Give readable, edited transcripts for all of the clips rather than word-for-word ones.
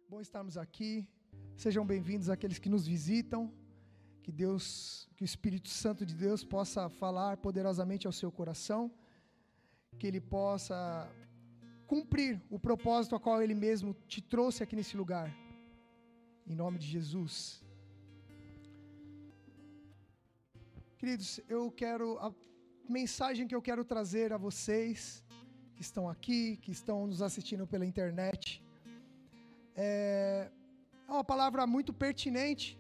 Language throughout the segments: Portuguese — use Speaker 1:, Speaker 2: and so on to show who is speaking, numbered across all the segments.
Speaker 1: Bom estarmos aqui. Sejam bem-vindos aqueles que nos visitam. Que o Espírito Santo de Deus possa falar poderosamente ao seu coração. Que Ele possa cumprir o propósito a qual Ele mesmo te trouxe aqui nesse lugar. Em nome de Jesus. Queridos, a mensagem que eu quero trazer a vocês que estão aqui, que estão nos assistindo pela internet, é uma palavra muito pertinente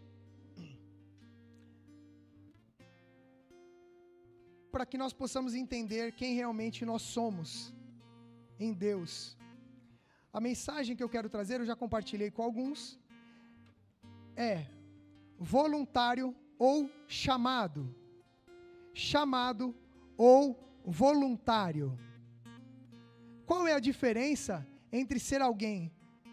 Speaker 1: para que nós possamos entender quem realmente nós somos em Deus. A mensagem que eu quero trazer, eu já compartilhei com alguns, é voluntário ou chamado. Chamado ou voluntário. Qual é a diferença entre ser alguém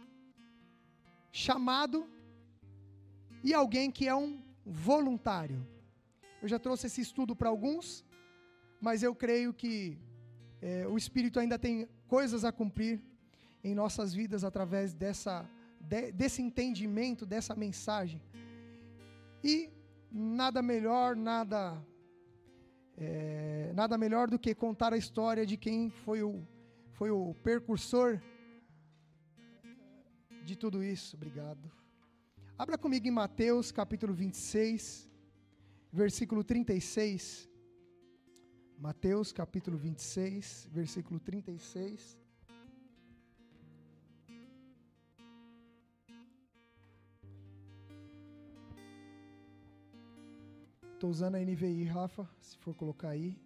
Speaker 1: chamado e alguém que é um voluntário? Eu já trouxe esse estudo para alguns, mas eu creio que o Espírito ainda tem coisas a cumprir em nossas vidas através desse entendimento, dessa mensagem. E nada melhor do que contar a história de quem foi o precursor de tudo isso. Obrigado. Abra comigo em Mateus capítulo 26, versículo 36. Mateus capítulo 26, versículo 36. Estou usando a NVI, Rafa, se for colocar aí.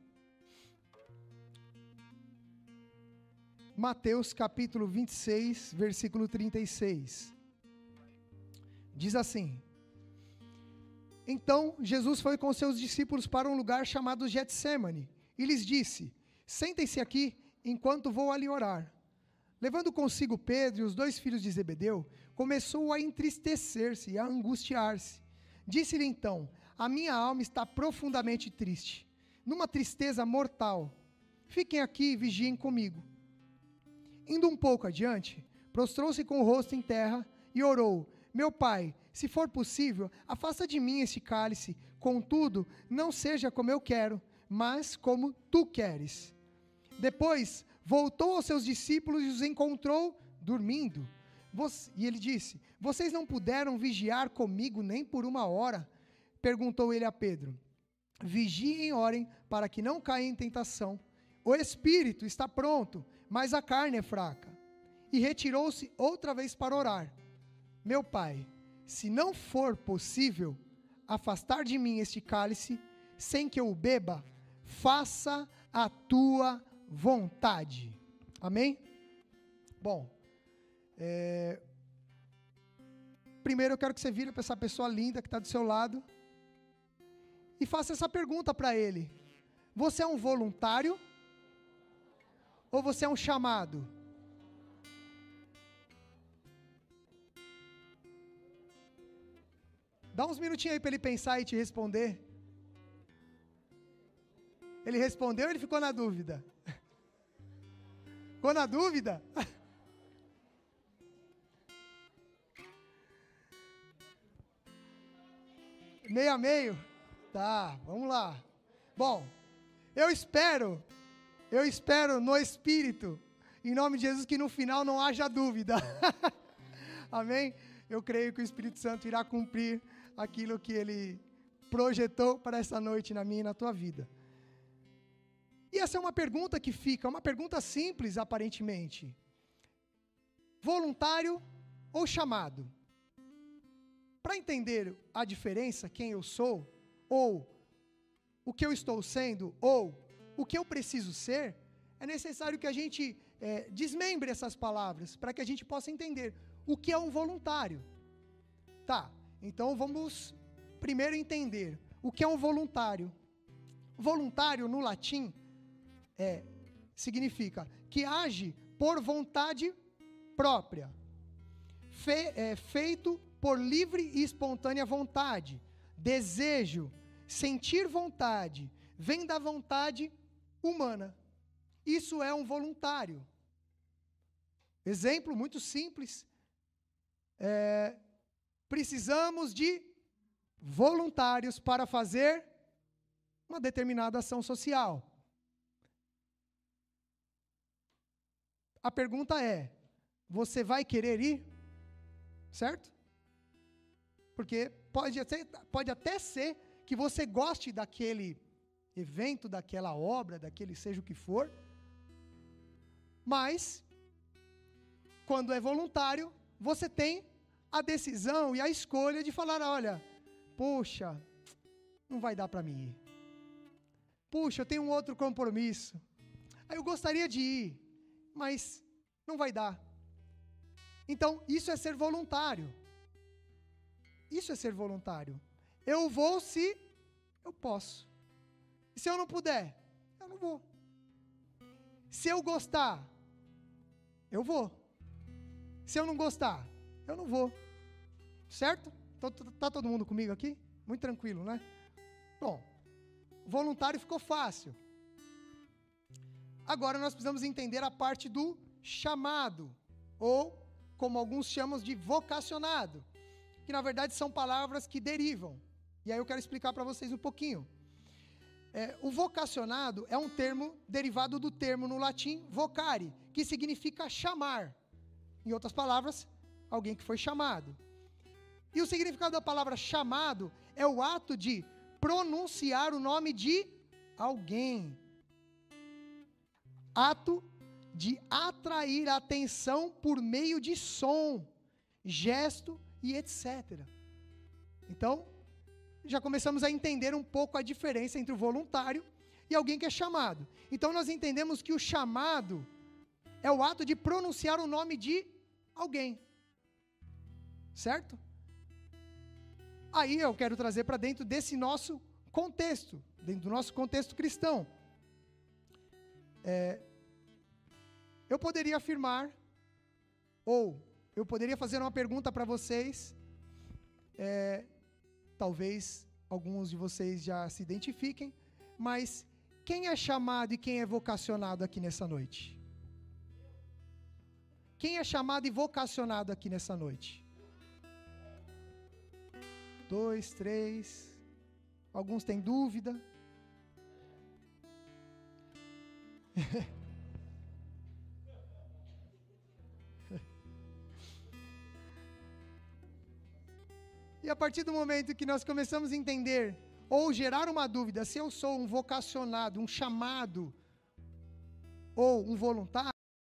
Speaker 1: Mateus capítulo 26, versículo 36. Diz assim: Então Jesus foi com seus discípulos para um lugar chamado Getsêmani e lhes disse: Sentem-se aqui enquanto vou ali orar. Levando consigo Pedro e os 2 filhos de Zebedeu, começou a entristecer-se e a angustiar-se. Disse-lhe então: A minha alma está profundamente triste, numa tristeza mortal. Fiquem aqui e vigiem comigo. Indo um pouco adiante, prostrou-se com o rosto em terra e orou: Meu pai, se for possível, afasta de mim este cálice, contudo, não seja como eu quero, mas como tu queres. Depois, voltou aos seus discípulos e os encontrou dormindo. E ele disse: Vocês não puderam vigiar comigo nem por 1 hora? Perguntou ele a Pedro. Vigiem e orem para que não caiam em tentação. O espírito está pronto, mas a carne é fraca. E retirou-se outra vez para orar. Meu pai, se não for possível afastar de mim este cálice, sem que eu o beba, faça a tua vontade. Amém? Bom, primeiro eu quero que você vire para essa pessoa linda que está do seu lado e faça essa pergunta para ele: Você é um voluntário ou você é um chamado? Dá uns minutinhos aí para ele pensar e te responder. Ele respondeu ou ele ficou na dúvida? Ficou na dúvida? Meio a meio? Tá, vamos lá. Bom, eu espero no Espírito, em nome de Jesus, que no final não haja dúvida. Amém? Eu creio que o Espírito Santo irá cumprir aquilo que Ele projetou para essa noite na minha e na tua vida. E essa é uma pergunta que fica, uma pergunta simples aparentemente. Voluntário ou chamado? Para entender a diferença, quem eu sou, ou o que eu estou sendo, ou o que eu preciso ser, é necessário que a gente desmembre essas palavras, para que a gente possa entender o que é um voluntário. Tá, então vamos primeiro entender o que é um voluntário. Voluntário, no latim, significa que age por vontade própria, feito por livre e espontânea vontade, desejo, sentir vontade, vem da vontade humana. Isso é um voluntário. Exemplo muito simples precisamos de voluntários para fazer uma determinada ação social. A pergunta é, você vai querer ir? Certo? Porque pode até ser que você goste daquele evento, daquela obra, daquele seja o que for, mas, quando é voluntário, você tem a decisão e a escolha de falar, olha, puxa, não vai dar para mim ir. Puxa, eu tenho um outro compromisso. Eu gostaria de ir, mas não vai dar. Então, isso é ser voluntário. Isso é ser voluntário. Eu vou se eu posso. E se eu não puder, eu não vou. Se eu gostar, eu vou. Se eu não gostar, eu não vou. Certo? Então, tá todo mundo comigo aqui? Muito tranquilo, né? Bom, voluntário ficou fácil. Agora nós precisamos entender a parte do chamado, ou, como alguns chamam de vocacionado, que na verdade são palavras que derivam. E aí eu quero explicar para vocês um pouquinho. O vocacionado é um termo derivado do termo no latim vocare, que significa chamar. Em outras palavras, alguém que foi chamado. E o significado da palavra chamado é o ato de pronunciar o nome de alguém. Ato de atrair a atenção por meio de som, gesto e etc. Então, já começamos a entender um pouco a diferença entre o voluntário e alguém que é chamado. Então, nós entendemos que o chamado é o ato de pronunciar o nome de alguém. Certo? Aí eu quero trazer para dentro desse nosso contexto, dentro do nosso contexto cristão. Eu poderia afirmar, ou eu poderia fazer uma pergunta para vocês, talvez alguns de vocês já se identifiquem, mas quem é chamado e quem é vocacionado aqui nessa noite? Quem é chamado e vocacionado aqui nessa noite? 2, 3, alguns têm dúvida. E a partir do momento que nós começamos a entender, ou gerar uma dúvida, se eu sou um vocacionado, um chamado, ou um voluntário,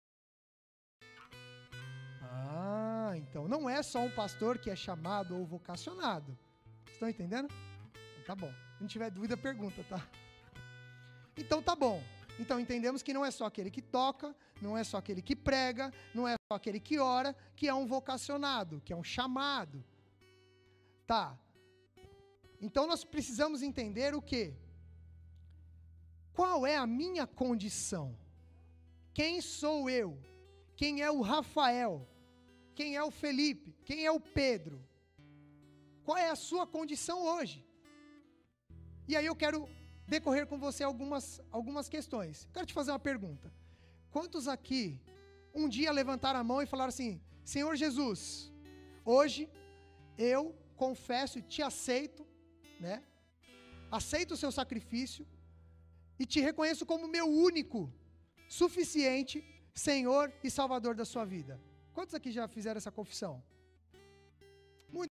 Speaker 1: então não é só um pastor que é chamado ou vocacionado. Estão entendendo? Tá bom. Se não tiver dúvida, pergunta, tá? Então tá bom. Então entendemos que não é só aquele que toca, não é só aquele que prega, não é só aquele que ora, que é um vocacionado, que é um chamado. Tá. Então nós precisamos entender o quê? Qual é a minha condição? Quem sou eu? Quem é o Rafael? Quem é o Felipe? Quem é o Pedro? Qual é a sua condição hoje? E aí eu quero decorrer com você algumas questões. Quero te fazer uma pergunta. Quantos aqui um dia levantaram a mão e falaram assim: Senhor Jesus, hoje eu confesso e te aceito, né? Aceito o seu sacrifício e te reconheço como meu único, suficiente Senhor e Salvador da sua vida. Quantos aqui já fizeram essa confissão? Muito.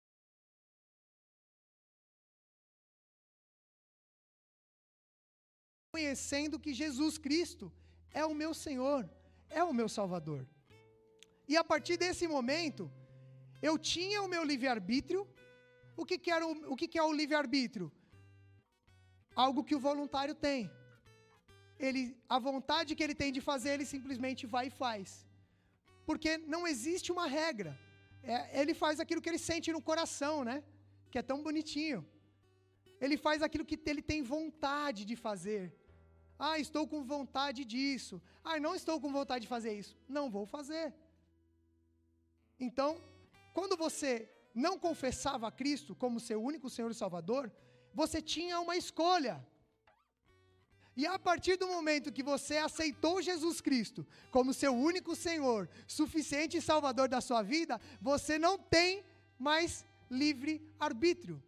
Speaker 1: Conhecendo que Jesus Cristo é o meu Senhor, é o meu Salvador. E a partir desse momento, eu tinha o meu livre-arbítrio. O que é o livre-arbítrio? Algo que o voluntário tem. A vontade que ele tem de fazer, ele simplesmente vai e faz. Porque não existe uma regra. Ele faz aquilo que ele sente no coração, né? Que é tão bonitinho. Ele faz aquilo que ele tem vontade de fazer. Estou com vontade disso. Não estou com vontade de fazer isso. Não vou fazer. Então, quando você não confessava a Cristo como seu único Senhor e Salvador, você tinha uma escolha. E a partir do momento que você aceitou Jesus Cristo como seu único Senhor, suficiente e Salvador da sua vida, você não tem mais livre arbítrio.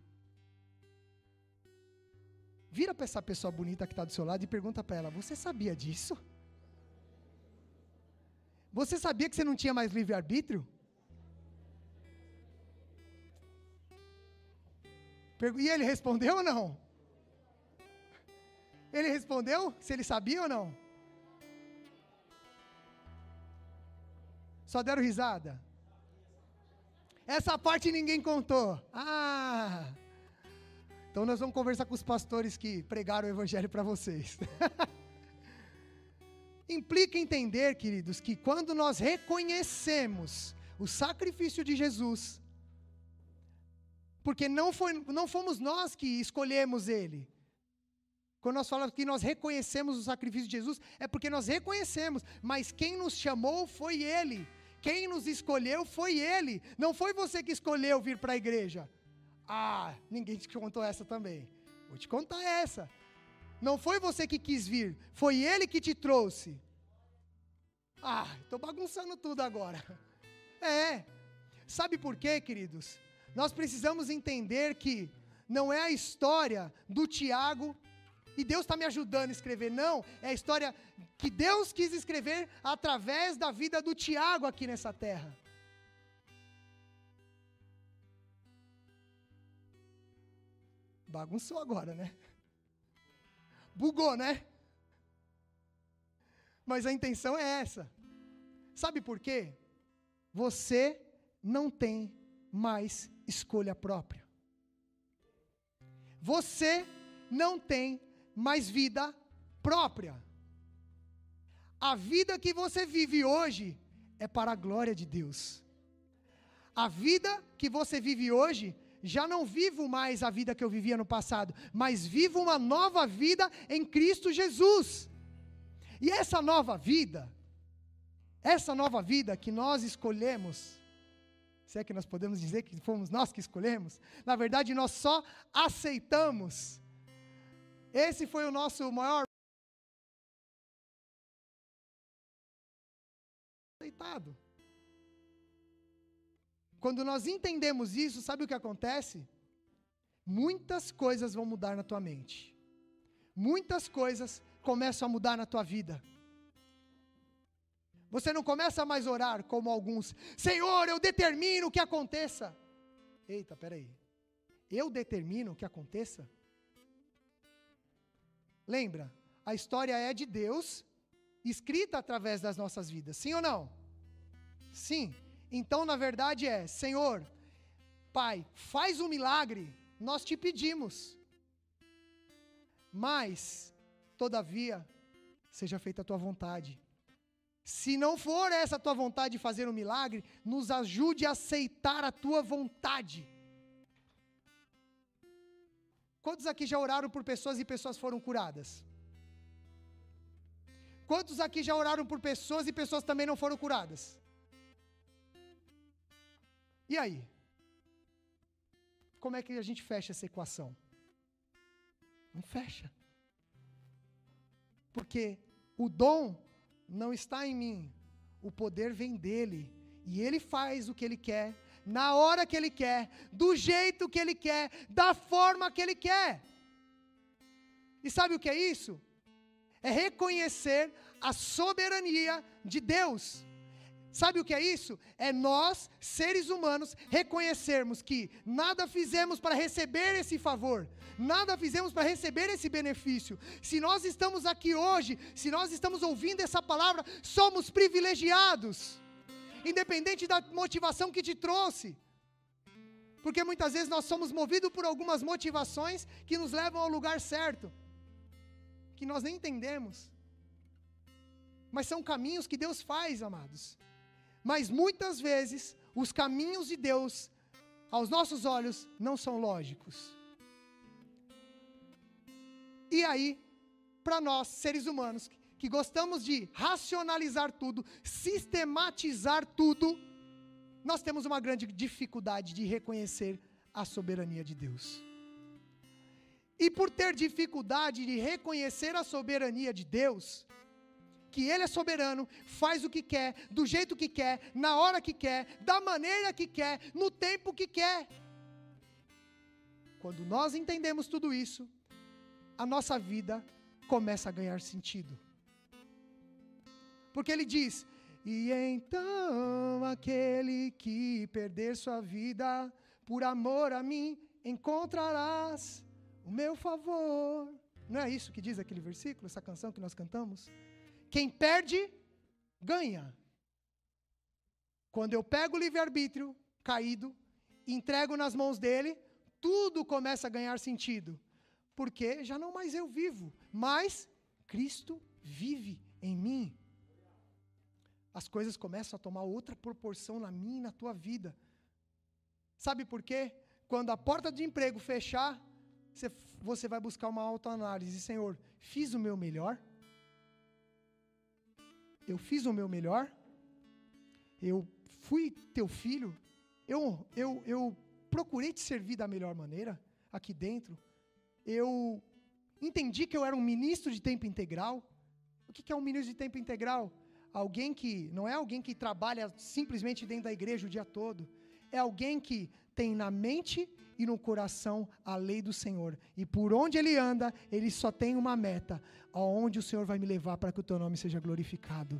Speaker 1: Vira para essa pessoa bonita que está do seu lado e pergunta para ela: você sabia disso? Você sabia que você não tinha mais livre arbítrio? E ele respondeu ou não? Ele respondeu se ele sabia ou não? Só deram risada? Essa parte ninguém contou. Então nós vamos conversar com os pastores que pregaram o evangelho para vocês. Implica entender, queridos, que quando nós reconhecemos o sacrifício de Jesus, porque não fomos nós que escolhemos ele. Quando nós falamos que nós reconhecemos o sacrifício de Jesus, é porque nós reconhecemos, mas quem nos chamou foi ele. Quem nos escolheu foi ele. Não foi você que escolheu vir para a igreja. Ninguém te contou essa também. Vou te contar essa. Não foi você que quis vir, foi ele que te trouxe. Estou bagunçando tudo agora. Sabe por quê, queridos? Nós precisamos entender que não é a história do Tiago, e Deus está me ajudando a escrever, não, é a história que Deus quis escrever através da vida do Tiago aqui nessa terra. Bagunçou agora, né? Bugou, né? Mas a intenção é essa. Sabe por quê? Você não tem mais escolha própria. Você não tem mais vida própria. A vida que você vive hoje é para a glória de Deus. A vida que você vive hoje, já não vivo mais a vida que eu vivia no passado, mas vivo uma nova vida em Cristo Jesus. E essa nova vida que nós escolhemos, se é que nós podemos dizer que fomos nós que escolhemos, na verdade nós só aceitamos. Esse foi o nosso maior aceitado. Quando nós entendemos isso, sabe o que acontece? Muitas coisas vão mudar na tua mente. Muitas coisas começam a mudar na tua vida. Você não começa mais a orar como alguns: Senhor, eu determino que aconteça. Eita, peraí. Eu determino que aconteça? Lembra, a história é de Deus, escrita através das nossas vidas, sim ou não? Sim. Então, na verdade Senhor, Pai, faz um milagre, nós te pedimos. Mas, todavia, seja feita a tua vontade. Se não for essa a tua vontade de fazer um milagre, nos ajude a aceitar a tua vontade. Quantos aqui já oraram por pessoas e pessoas foram curadas? Quantos aqui já oraram por pessoas e pessoas também não foram curadas? E aí? Como é que a gente fecha essa equação? Não fecha. Porque o dom não está em mim, o poder vem dele, e ele faz o que ele quer, na hora que ele quer, do jeito que ele quer, da forma que ele quer. E sabe o que é isso? É reconhecer a soberania de Deus. Sabe o que é isso? É nós, seres humanos, reconhecermos que nada fizemos para receber esse favor, nada fizemos para receber esse benefício. Se nós estamos aqui hoje, se nós estamos ouvindo essa palavra, somos privilegiados, independente da motivação que te trouxe. Porque muitas vezes nós somos movidos por algumas motivações que nos levam ao lugar certo, que nós nem entendemos. Mas são caminhos que Deus faz, amados. Mas muitas vezes, os caminhos de Deus, aos nossos olhos, não são lógicos. E aí, para nós, seres humanos, que gostamos de racionalizar tudo, sistematizar tudo, nós temos uma grande dificuldade de reconhecer a soberania de Deus. e por ter dificuldade de reconhecer a soberania de Deus, que Ele é soberano, faz o que quer, do jeito que quer, na hora que quer, da maneira que quer, no tempo que quer. Quando nós entendemos tudo isso, a nossa vida começa a ganhar sentido. Porque Ele diz: e então aquele que perder sua vida por amor a mim, encontrarás o meu favor. Não é isso que diz aquele versículo, essa canção que nós cantamos? Quem perde, ganha. Quando eu pego o livre-arbítrio caído, entrego nas mãos dele, tudo começa a ganhar sentido. Porque já não mais eu vivo, mas Cristo vive em mim. As coisas começam a tomar outra proporção na minha e na tua vida. Sabe por quê? Quando a porta de emprego fechar, você vai buscar uma autoanálise. Senhor, fiz o meu melhor? Eu fiz o meu melhor? Eu fui teu filho? Eu procurei te servir da melhor maneira aqui dentro? Eu entendi que eu era um ministro de tempo integral? O que é um ministro de tempo integral? Não é alguém que trabalha simplesmente dentro da igreja o dia todo. É alguém que tem na mente e no coração a lei do Senhor. E por onde ele anda, ele só tem uma meta: aonde o Senhor vai me levar para que o teu nome seja glorificado.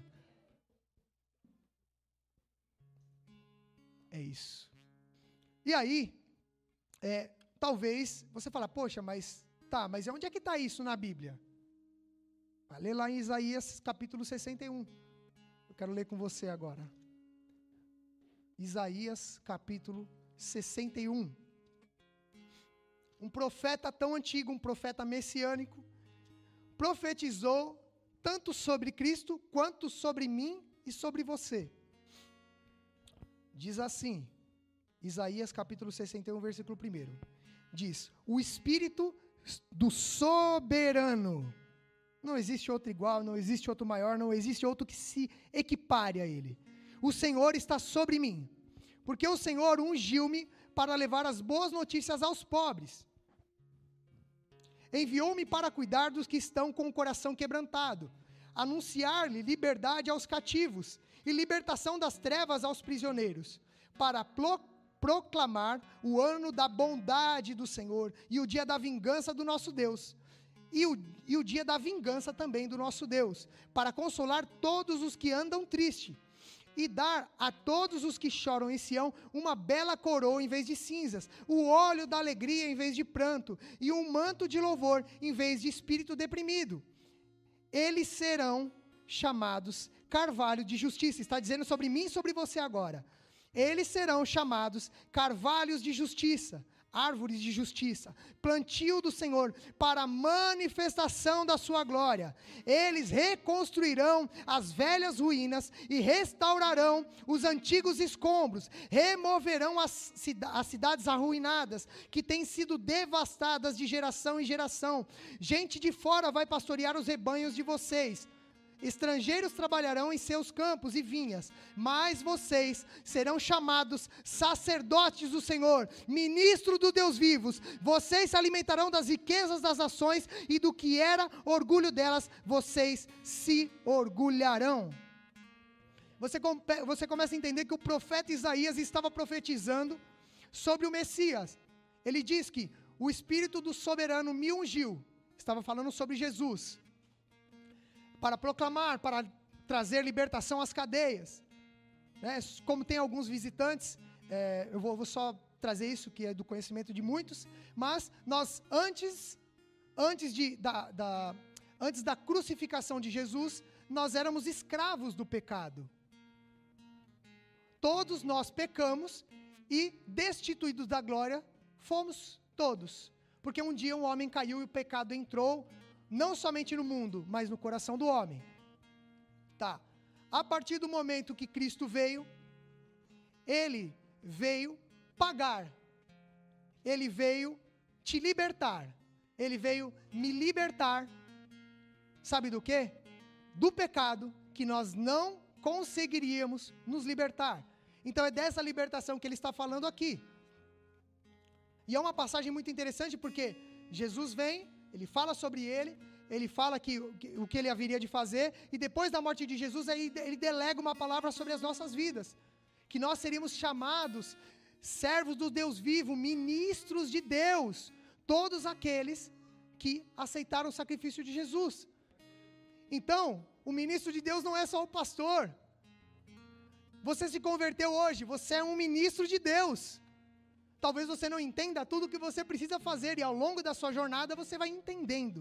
Speaker 1: É isso. E aí, talvez você fala: poxa, mas onde é que está isso na Bíblia? Vai ler lá em Isaías capítulo 61. Eu quero ler com você agora. Isaías capítulo 61. Um profeta tão antigo, um profeta messiânico, profetizou tanto sobre Cristo, quanto sobre mim e sobre você. Diz assim, Isaías capítulo 61, versículo 1. Diz: o Espírito do soberano. Não existe outro igual, não existe outro maior, não existe outro que se equipare a ele. O Senhor está sobre mim, porque o Senhor ungiu-me para levar as boas notícias aos pobres. Enviou-me para cuidar dos que estão com o coração quebrantado, anunciar-lhe liberdade aos cativos e libertação das trevas aos prisioneiros, para proclamar o ano da bondade do Senhor e o dia da vingança do nosso Deus. E o dia da vingança também do nosso Deus, para consolar todos os que andam tristes, e dar a todos os que choram em Sião uma bela coroa em vez de cinzas, o óleo da alegria em vez de pranto, e um manto de louvor em vez de espírito deprimido. Eles serão chamados carvalho de justiça. Está dizendo sobre mim e sobre você agora. Eles serão chamados carvalhos de justiça, árvores de justiça, plantio do Senhor, para a manifestação da sua glória. Eles reconstruirão as velhas ruínas e restaurarão os antigos escombros, removerão as cidades arruinadas, que têm sido devastadas de geração em geração. Gente de fora vai pastorear os rebanhos de vocês. Estrangeiros trabalharão em seus campos e vinhas, mas vocês serão chamados sacerdotes do Senhor, ministro do Deus vivos. Vocês se alimentarão das riquezas das nações, e do que era orgulho delas, vocês se orgulharão. Você começa a entender que o profeta Isaías estava profetizando sobre o Messias. Ele diz que o Espírito do Soberano me ungiu. Estava falando sobre Jesus, para proclamar, para trazer libertação às cadeias. Como tem alguns visitantes, eu vou só trazer isso, que é do conhecimento de muitos, mas nós, antes da crucificação de Jesus, nós éramos escravos do pecado. Todos nós pecamos e, destituídos da glória, fomos todos. Porque um dia um homem caiu e o pecado entrou, não somente no mundo, mas no coração do homem. A partir do momento que Cristo veio, Ele veio pagar, Ele veio te libertar, Ele veio me libertar, sabe do quê? Do pecado, que nós não conseguiríamos nos libertar. Então é dessa libertação que Ele está falando aqui. E é uma passagem muito interessante, porque Jesus vem, ele fala sobre ele fala o que ele haveria de fazer, e depois da morte de Jesus, ele delega uma palavra sobre as nossas vidas, que nós seríamos chamados servos do Deus vivo, ministros de Deus, todos aqueles que aceitaram o sacrifício de Jesus. Então, o ministro de Deus não é só o pastor. Você se converteu hoje, você é um ministro de Deus. Talvez você não entenda tudo o que você precisa fazer, e ao longo da sua jornada você vai entendendo.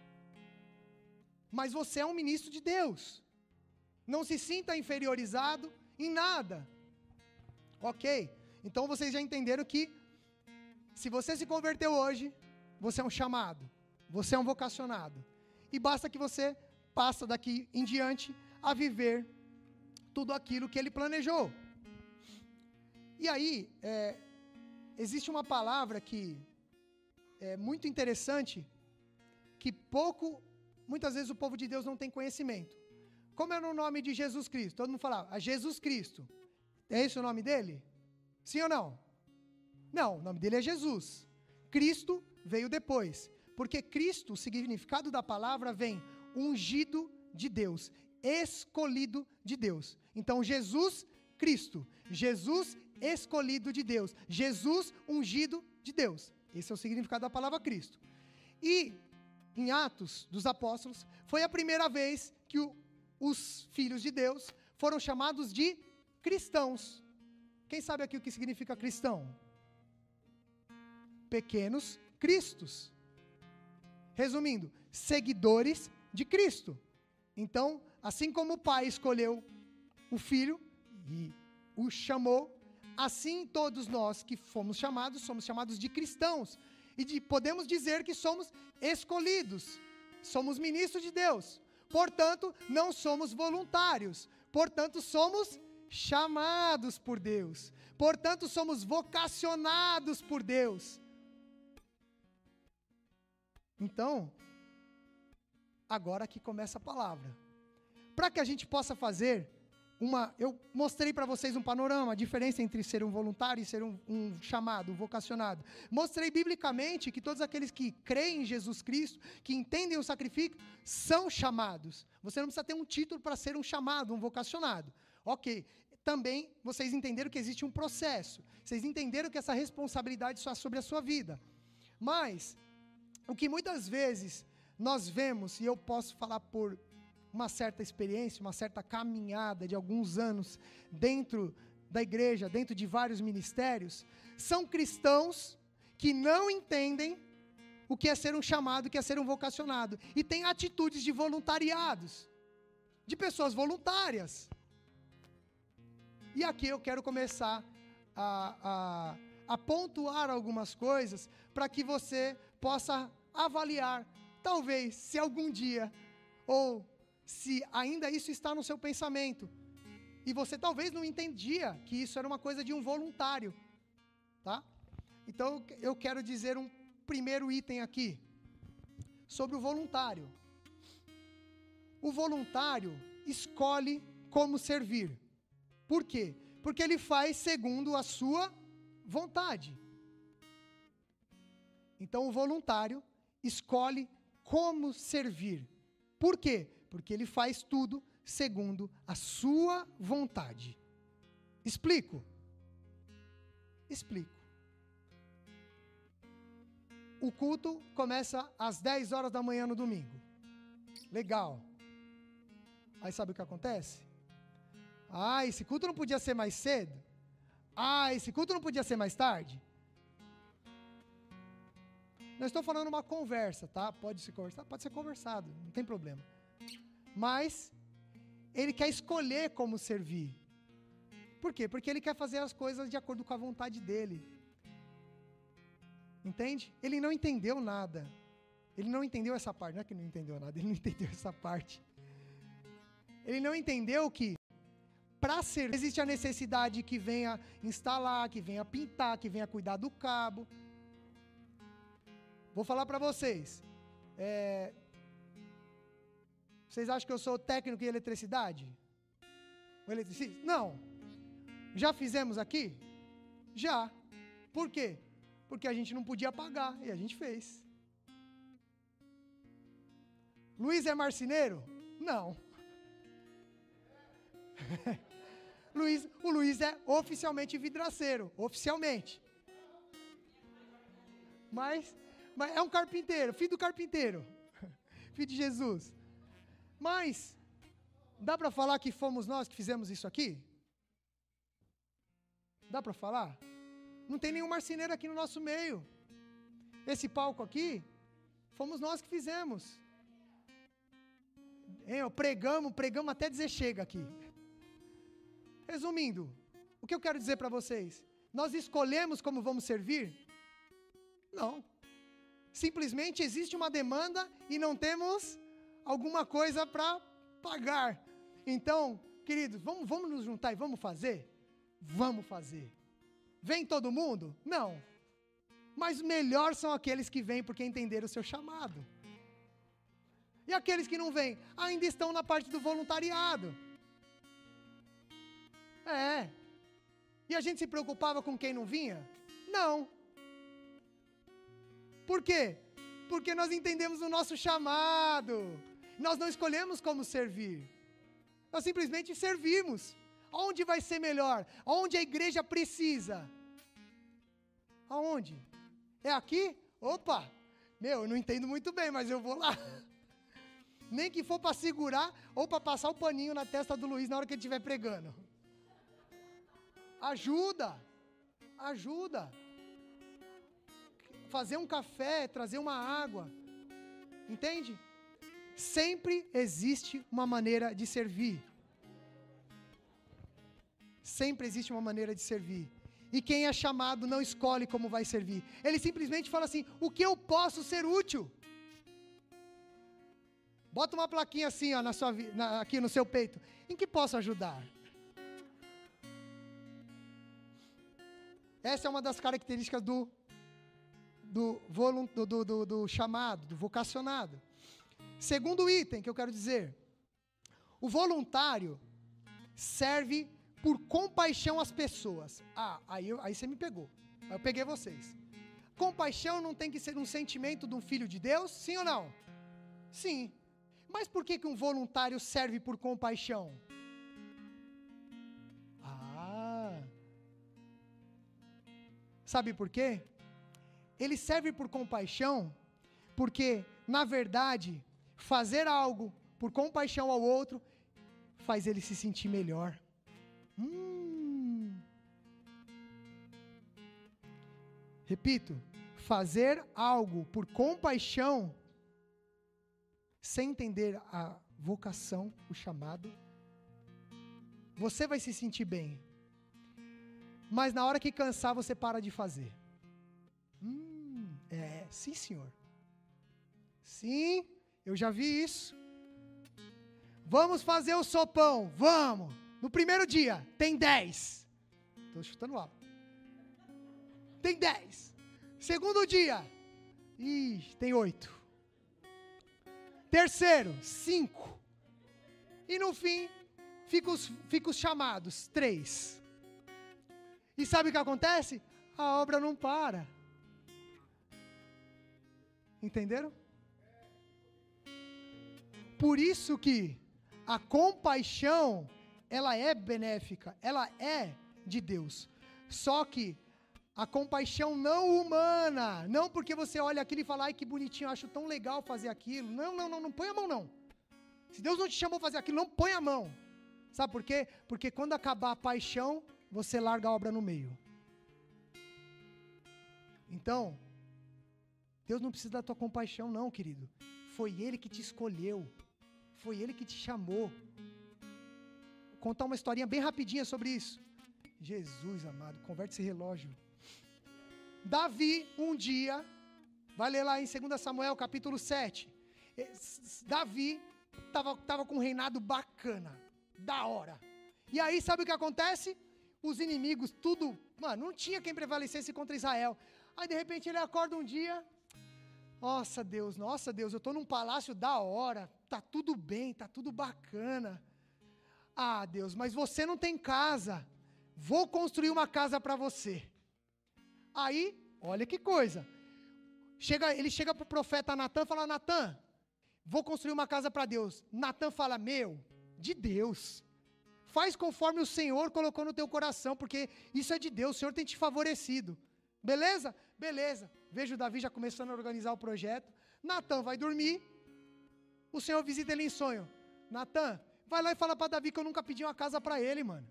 Speaker 1: Mas você é um ministro de Deus. Não se sinta inferiorizado em nada. Ok, então vocês já entenderam que, se você se converteu hoje, você é um chamado, você é um vocacionado. E basta que você passe daqui em diante a viver tudo aquilo que ele planejou. E aí, existe uma palavra que é muito interessante, que muitas vezes o povo de Deus não tem conhecimento. Como é no nome de Jesus Cristo? Todo mundo falava, Jesus Cristo. É esse o nome dele? Sim ou não? Não, o nome dele é Jesus. Cristo veio depois. Porque Cristo, o significado da palavra vem ungido de Deus, escolhido de Deus. Então, Jesus Cristo, Jesus escolhido de Deus, Jesus ungido de Deus. Esse é o significado da palavra Cristo. E em Atos dos Apóstolos, foi a primeira vez que os filhos de Deus foram chamados de cristãos. Quem sabe aqui o que significa cristão? Pequenos cristos. Resumindo, seguidores de Cristo. Então, assim como o pai escolheu o filho e o chamou, assim todos nós que somos chamados de cristãos. E podemos dizer que somos escolhidos, somos ministros de Deus. Portanto, não somos voluntários. Portanto, somos chamados por Deus. Portanto, somos vocacionados por Deus. Então, agora que começa a palavra. Para que a gente possa fazer eu mostrei para vocês um panorama, a diferença entre ser um voluntário e ser um chamado, um vocacionado. Mostrei biblicamente que todos aqueles que creem em Jesus Cristo, que entendem o sacrifício, são chamados. Você não precisa ter um título para ser um chamado, um vocacionado. Ok, também vocês entenderam que existe um processo. Vocês entenderam que essa responsabilidade só é sobre a sua vida. Mas, o que muitas vezes nós vemos, e eu posso falar por uma certa experiência, uma certa caminhada de alguns anos dentro da igreja, dentro de vários ministérios, são cristãos que não entendem o que é ser um chamado, o que é ser um vocacionado, e têm atitudes de voluntariados, de pessoas voluntárias. E aqui eu quero começar a pontuar algumas coisas para que você possa avaliar, talvez, se algum dia, ou se ainda isso está no seu pensamento, e você talvez não entendia que isso era uma coisa de um voluntário, tá? Então eu quero dizer um primeiro item aqui, sobre o voluntário. O voluntário escolhe como servir. Por quê? Porque ele faz segundo a sua vontade. Então o voluntário escolhe como servir. Por quê? Porque ele faz tudo segundo a sua vontade. Explico. O culto começa às 10 horas da manhã no domingo. Legal. Aí sabe o que acontece? Esse culto não podia ser mais cedo? Esse culto não podia ser mais tarde? Não estou falando uma conversa, tá? Pode se conversar? Pode ser conversado, não tem problema. Mas ele quer escolher como servir. Por quê? Porque ele quer fazer as coisas de acordo com a vontade dele. Entende? Ele não entendeu nada. Ele não entendeu essa parte. Não é que não entendeu nada, ele não entendeu essa parte. Ele não entendeu que para servir existe a necessidade que venha instalar, que venha pintar, que venha cuidar do cabo. Vou falar para vocês. Vocês acham que eu sou técnico em eletricidade? O eletricista? Não. Já fizemos aqui? Já. Por quê? Porque a gente não podia pagar e a gente fez. Luiz é marceneiro? Não. O Luiz é oficialmente vidraceiro, oficialmente. Mas é um carpinteiro, filho do carpinteiro, filho de Jesus. Mas, dá para falar que fomos nós que fizemos isso aqui? Dá para falar? Não tem nenhum marceneiro aqui no nosso meio. Esse palco aqui, fomos nós que fizemos. Pregamos até dizer chega aqui. Resumindo, o que eu quero dizer para vocês? Nós escolhemos como vamos servir? Não. Simplesmente existe uma demanda e não temos alguma coisa para pagar. Então, queridos, vamos nos juntar e vamos fazer? Vamos fazer. Vem todo mundo? Não. Mas melhor são aqueles que vêm porque entenderam o seu chamado. E aqueles que não vêm, ainda estão na parte do voluntariado. E a gente se preocupava com quem não vinha? Não. Por quê? Porque nós entendemos o nosso chamado. Nós não escolhemos como servir. Nós simplesmente servimos. Onde vai ser melhor? Onde a igreja precisa? Aonde? É aqui? Opa! Eu não entendo muito bem, mas eu vou lá. Nem que for para segurar ou para passar o paninho na testa do Luiz na hora que ele estiver pregando. Ajuda. Fazer um café, trazer uma água. Entende? Sempre existe uma maneira de servir. Sempre existe uma maneira de servir. E quem é chamado não escolhe como vai servir. Ele simplesmente fala assim, o que eu posso ser útil? Bota uma plaquinha assim, ó, aqui no seu peito. Em que posso ajudar? Essa é uma das características do chamado, do vocacionado. Segundo item que eu quero dizer. O voluntário serve por compaixão às pessoas. Aí você me pegou. Aí eu peguei vocês. Compaixão não tem que ser um sentimento de um filho de Deus? Sim ou não? Sim. Mas por que um voluntário serve por compaixão? Sabe por quê? Ele serve por compaixão porque, na verdade, fazer algo por compaixão ao outro faz ele se sentir melhor. Repito, fazer algo por compaixão, sem entender a vocação, o chamado, você vai se sentir bem. Mas na hora que cansar, você para de fazer. Sim, senhor. Sim, eu já vi isso. Vamos fazer o sopão, vamos. No primeiro dia, tem 10. Estou chutando alto. Tem 10. Segundo dia, tem 8. Terceiro, 5. E no fim, fica os chamados, 3. E sabe o que acontece? A obra não para. Entenderam? Por isso que a compaixão, ela é benéfica, ela é de Deus. Só que a compaixão não humana, não porque você olha aquilo e fala, ai que bonitinho, eu acho tão legal fazer aquilo. Não põe a mão não. Se Deus não te chamou a fazer aquilo, não põe a mão. Sabe por quê? Porque quando acabar a paixão, você larga a obra no meio. Então, Deus não precisa da tua compaixão não, querido. Foi Ele que te escolheu. Foi Ele que te chamou. Vou contar uma historinha bem rapidinha sobre isso. Jesus amado, converte esse relógio. Davi, um dia, vai ler lá em 2 Samuel, capítulo 7. Davi estava com um reinado bacana, da hora. E aí, sabe o que acontece? Os inimigos, tudo, não tinha quem prevalecesse contra Israel. Aí, de repente, ele acorda um dia, nossa Deus, eu estou num palácio da hora, tá tudo bem, tá tudo bacana. Ah, Deus, mas você não tem casa, vou construir uma casa para você. Aí, olha que coisa, ele chega para o profeta Natan e fala, Natan, vou construir uma casa para Deus. Natan fala, de Deus. Faz conforme o Senhor colocou no teu coração, porque isso é de Deus, o Senhor tem te favorecido. Beleza? Beleza. Vejo o Davi já começando a organizar o projeto. Natan vai dormir, o Senhor visita ele em sonho. Natan, vai lá e fala para Davi que eu nunca pedi uma casa para ele, mano.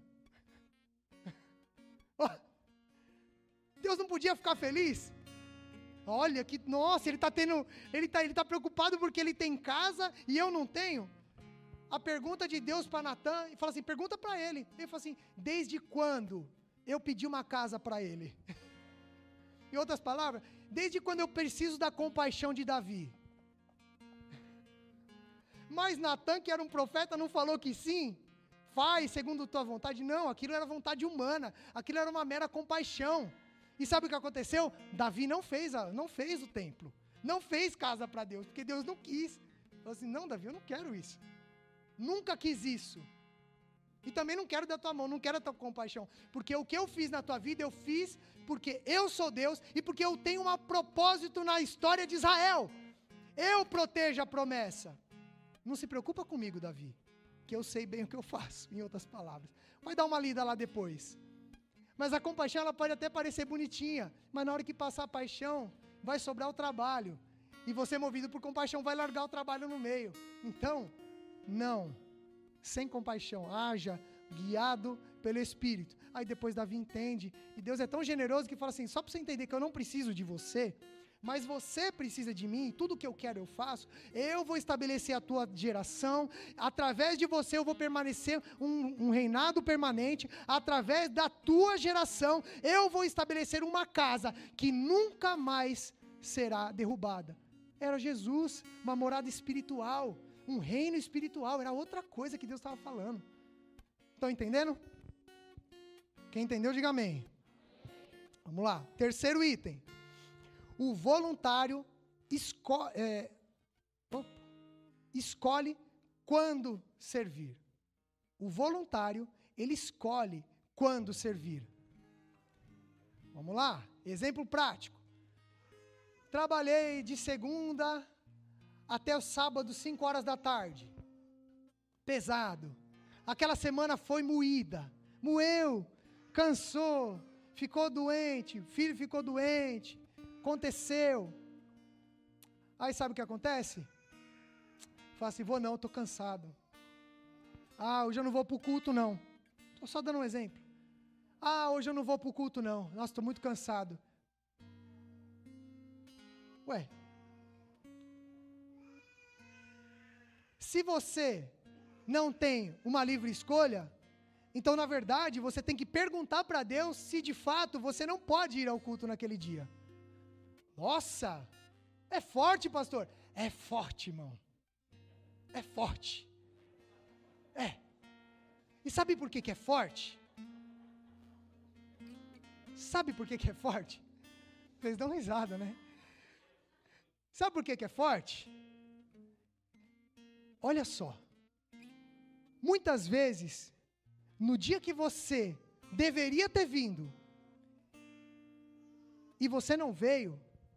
Speaker 1: Deus não podia ficar feliz? Olha que, nossa, ele tá preocupado porque ele tem casa e eu não tenho. A pergunta de Deus para Natan, e fala assim, pergunta para ele. Ele fala assim, desde quando eu pedi uma casa para ele? Em outras palavras, desde quando eu preciso da compaixão de Davi? Mas Natan, que era um profeta, não falou que sim? Faz segundo tua vontade? Não, aquilo era vontade humana, aquilo era uma mera compaixão. E sabe o que aconteceu? Davi não fez o templo, não fez casa para Deus, porque Deus não quis. Falou assim, não, Davi, eu não quero isso. Nunca quis isso. E também não quero da tua mão, não quero a tua compaixão. Porque o que eu fiz na tua vida, eu fiz porque eu sou Deus e porque eu tenho um propósito na história de Israel. Eu protejo a promessa. Não se preocupa comigo, Davi, que eu sei bem o que eu faço, em outras palavras. Vai dar uma lida lá depois. Mas a compaixão, ela pode até parecer bonitinha, mas na hora que passar a paixão, vai sobrar o trabalho. E você, movido por compaixão, vai largar o trabalho no meio. Então, não, sem compaixão, haja guiado pelo Espírito. Aí depois Davi entende, e Deus é tão generoso que fala assim, só para você entender que eu não preciso de você, mas você precisa de mim, tudo que eu quero eu faço, eu vou estabelecer a tua geração, através de você eu vou permanecer um reinado permanente, através da tua geração, eu vou estabelecer uma casa que nunca mais será derrubada. Era Jesus, uma morada espiritual, um reino espiritual, era outra coisa que Deus estava falando. Estão entendendo? Quem entendeu, diga amém. Vamos lá, terceiro item. O voluntário escolhe quando servir. O voluntário, ele escolhe quando servir. Vamos lá, exemplo prático. Trabalhei de segunda até o sábado, 5 horas da tarde. Pesado. Aquela semana foi moeu, cansou, ficou doente, o filho ficou doente, aconteceu. Aí sabe o que acontece? Fala assim, vou não, estou cansado. Hoje eu não vou para o culto não. Estou só dando um exemplo. Hoje eu não vou para o culto não. Nossa, estou muito cansado. Ué. Se você não tem uma livre escolha, então na verdade você tem que perguntar para Deus se de fato você não pode ir ao culto naquele dia. Nossa, é forte, pastor. É forte, irmão. É forte. É. E sabe por que é forte? Sabe por que é forte? Vocês dão risada, né? Sabe por que é forte? Olha só. Muitas vezes, no dia que você deveria ter vindo, e você não veio,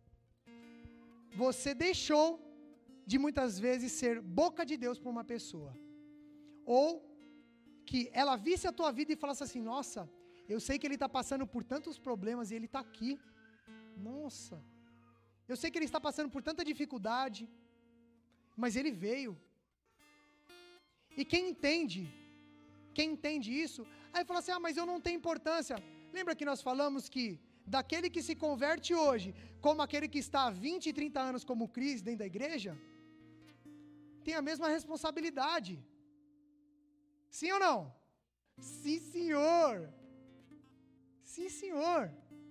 Speaker 1: você deixou de muitas vezes ser boca de Deus para uma pessoa. Ou que ela visse a tua vida e falasse assim, nossa, eu sei que ele está passando por tantos problemas e ele está aqui. Nossa, eu sei que ele está passando por tanta dificuldade, mas ele veio. E quem entende isso, aí fala assim, mas eu não tenho importância. Lembra que nós falamos que daquele que se converte hoje, como aquele que está há 20 e 30 anos como Cris dentro da igreja, tem a mesma responsabilidade. Sim ou não? Sim, senhor. Sim, senhor.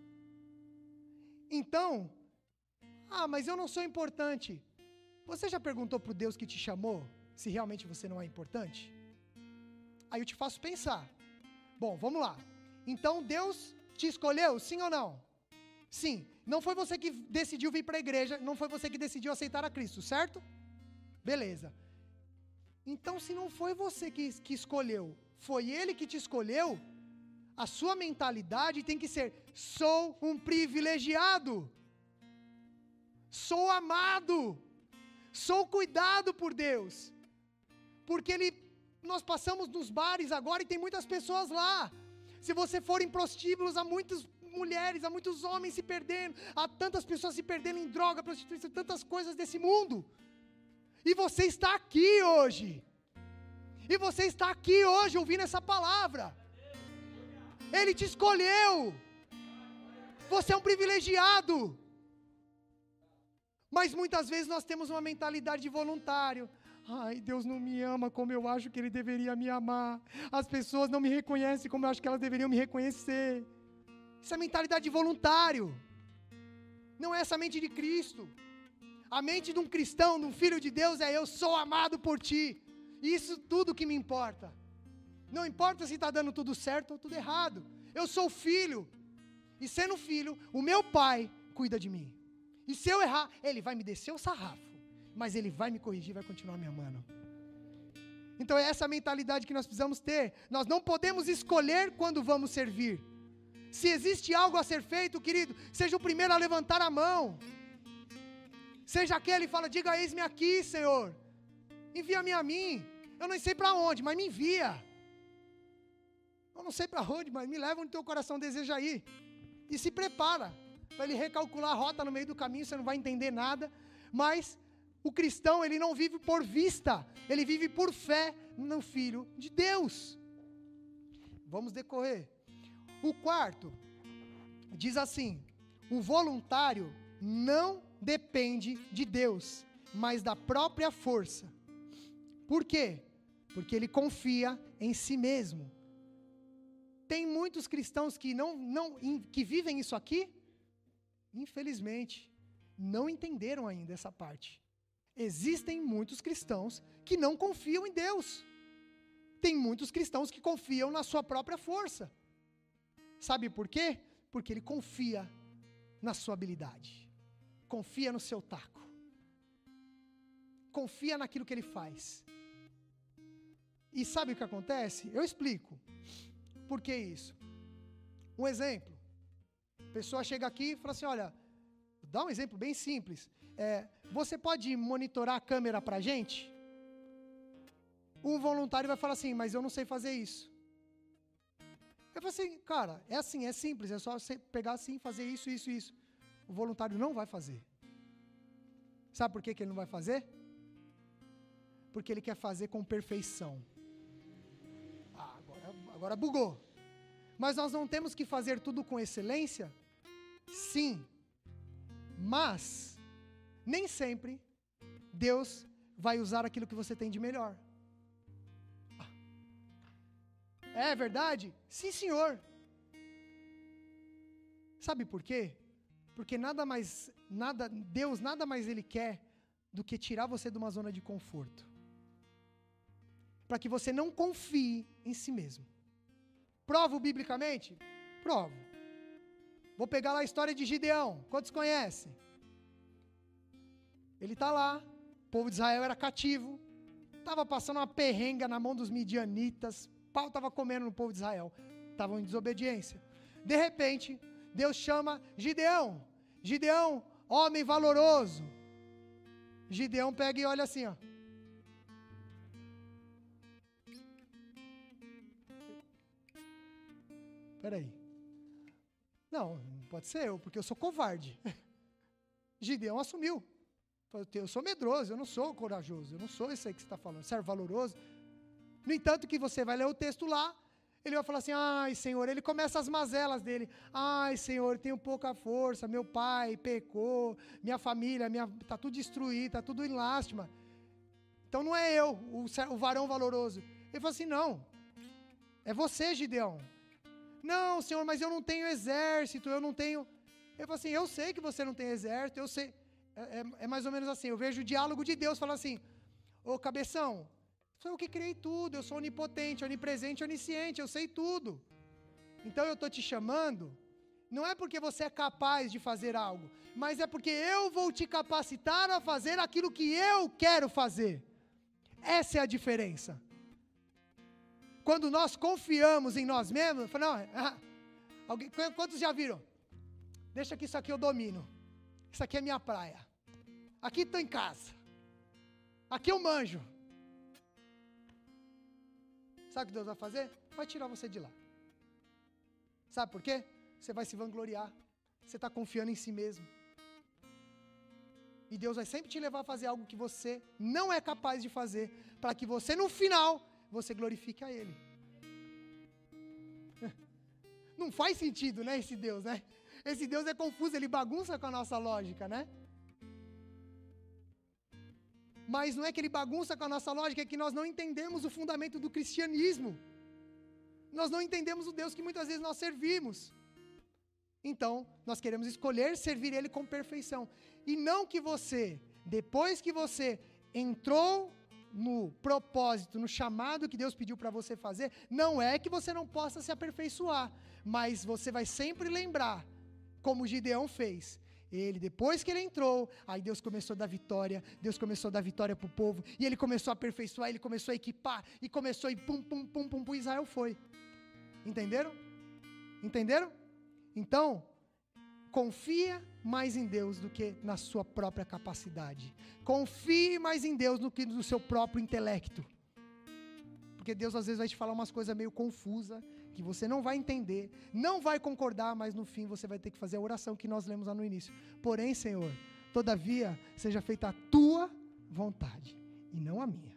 Speaker 1: Então, mas eu não sou importante. Você já perguntou para o Deus que te chamou se realmente você não é importante? Aí eu te faço pensar. Bom, vamos lá. Então Deus te escolheu, sim ou não? Sim. Não foi você que decidiu vir para a igreja, não foi você que decidiu aceitar a Cristo, certo? Beleza. Então, se não foi você que escolheu, foi Ele que te escolheu, a sua mentalidade tem que ser, sou um privilegiado, sou amado, Sou cuidado por Deus. Porque nós passamos nos bares agora e tem muitas pessoas lá. Se você for em prostíbulos, há muitas mulheres, há muitos homens se perdendo, há tantas pessoas se perdendo em droga, prostituição, tantas coisas desse mundo. E você está aqui hoje. E você está aqui hoje ouvindo essa palavra. Ele te escolheu. Você é um privilegiado. Mas muitas vezes nós temos uma mentalidade de voluntário. Ai, Deus não me ama como eu acho que Ele deveria me amar. As pessoas não me reconhecem como eu acho que elas deveriam me reconhecer. Isso é mentalidade de voluntário. Não é essa mente de Cristo. A mente de um cristão, de um filho de Deus é: eu sou amado por Ti. Isso tudo que me importa. Não importa se está dando tudo certo ou tudo errado. Eu sou filho. E sendo filho, o meu pai cuida de mim. E se eu errar, Ele vai me descer o sarrafo. Mas Ele vai me corrigir e vai continuar me amando. Então é essa mentalidade que nós precisamos ter. Nós não podemos escolher quando vamos servir. Se existe algo a ser feito, querido, seja o primeiro a levantar a mão. Seja aquele que fala: diga, eis-me aqui, Senhor. Envia-me a mim. Eu não sei para onde, mas me envia. Eu não sei para onde, mas me leva onde teu coração deseja ir. E se prepara para Ele recalcular a rota no meio do caminho, você não vai entender nada. Mas o cristão, ele não vive por vista, ele vive por fé no Filho de Deus. Vamos decorrer. O quarto diz assim: o voluntário não depende de Deus, mas da própria força. Por quê? Porque ele confia em si mesmo. Tem muitos cristãos que vivem isso aqui, infelizmente, não entenderam ainda essa parte. Existem muitos cristãos que não confiam em Deus. Tem muitos cristãos que confiam na sua própria força. Sabe por quê? Porque ele confia na sua habilidade. Confia no seu taco. Confia naquilo que ele faz. E sabe o que acontece? Eu explico. Por que isso? Um exemplo. A pessoa chega aqui e fala assim: olha, vou dar um exemplo bem simples. Você pode monitorar a câmera pra gente? Um voluntário vai falar assim: mas eu não sei fazer isso. Eu falo assim: cara, é assim, é simples, é só você pegar assim, fazer isso, isso, isso. O voluntário não vai fazer. Sabe por que ele não vai fazer? Porque ele quer fazer com perfeição. Agora bugou. Mas nós não temos que fazer tudo com excelência? Sim. Mas nem sempre Deus vai usar aquilo que você tem de melhor. É verdade? Sim, senhor. Sabe por quê? Porque Deus nada mais Ele quer do que tirar você de uma zona de conforto. Para que você não confie em si mesmo. Provo biblicamente? Provo. Vou pegar lá a história de Gideão. Quantos conhecem? Ele está lá, o povo de Israel era cativo, estava passando uma perrenga na mão dos midianitas, pau estava comendo no povo de Israel, estavam em desobediência. De repente, Deus chama Gideão. Gideão, homem valoroso. Gideão pega e olha assim, ó. Peraí. Não pode ser eu, porque eu sou covarde. Gideão assumiu. Eu sou medroso, eu não sou corajoso, eu não sou isso aí que você está falando, servo valoroso. No entanto, que você vai ler o texto lá, ele vai falar assim: ai, Senhor, ele começa as mazelas dele. Ai, Senhor, tenho pouca força, meu pai pecou, minha família, está tudo destruído, está tudo em lástima. Então não é eu, o varão valoroso. Ele falou assim: não, é você, Gideão. Não, Senhor, mas eu não tenho exército, eu não tenho... Ele falou assim: eu sei que você não tem exército, eu sei... É mais ou menos assim, eu vejo o diálogo de Deus falando assim: ô cabeção, sou eu que criei tudo, eu sou onipotente, onipresente, onisciente, eu sei tudo. Então eu estou te chamando, não é porque você é capaz de fazer algo, mas é porque eu vou te capacitar a fazer aquilo que eu quero fazer. Essa é a diferença. Quando nós confiamos em nós mesmos, quantos já viram? Deixa que isso aqui eu domino. Isso aqui é minha praia. Aqui estou em casa. aqui eu manjo. Sabe o que Deus vai fazer? Vai tirar você de lá. Sabe por quê? Você vai se vangloriar. Você está confiando em si mesmo. E Deus vai sempre te levar a fazer algo que você não é capaz de fazer, para que você, no final, você glorifique a Ele. Não faz sentido, né, esse Deus, né? Esse Deus é confuso, Ele bagunça com a nossa lógica, né? Mas não é que Ele bagunça com a nossa lógica, é que nós não entendemos o fundamento do cristianismo. Nós não entendemos o Deus que muitas vezes nós servimos. Então, nós queremos escolher servir Ele com perfeição. E não que você, depois que você entrou no propósito, no chamado que Deus pediu para você fazer, não é que você não possa se aperfeiçoar, mas você vai sempre lembrar, como Gideão fez. Ele, depois que ele entrou, aí Deus começou a dar vitória, Deus começou a dar vitória para o povo, e ele começou a aperfeiçoar, ele começou a equipar, e começou a ir pum, pum, pum, pum, pum, Israel foi. Entenderam? Entenderam? Então, confia mais em Deus do que na sua própria capacidade. Confie mais em Deus do que no seu próprio intelecto. Porque Deus às vezes vai te falar umas coisas meio confusas, que você não vai entender, não vai concordar, mas no fim você vai ter que fazer a oração que nós lemos lá no início. Porém, Senhor, todavia, seja feita a tua vontade e não a minha.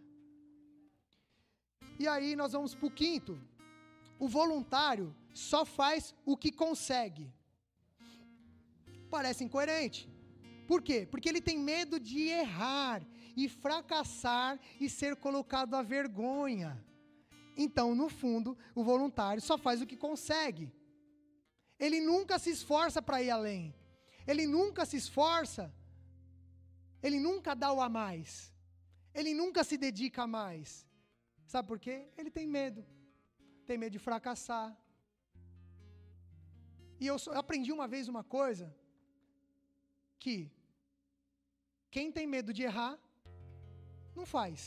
Speaker 1: E aí nós vamos para o quinto. O voluntário só faz o que consegue. Parece incoerente. Por quê? Porque ele tem medo de errar e fracassar e ser colocado à vergonha. Então, no fundo, o voluntário só faz o que consegue. Ele nunca se esforça para ir além. Ele nunca se esforça. Ele nunca dá o a mais. Ele nunca se dedica a mais. Sabe por quê? Ele tem medo. Tem medo de fracassar. E eu aprendi uma vez uma coisa, que quem tem medo de errar, não faz.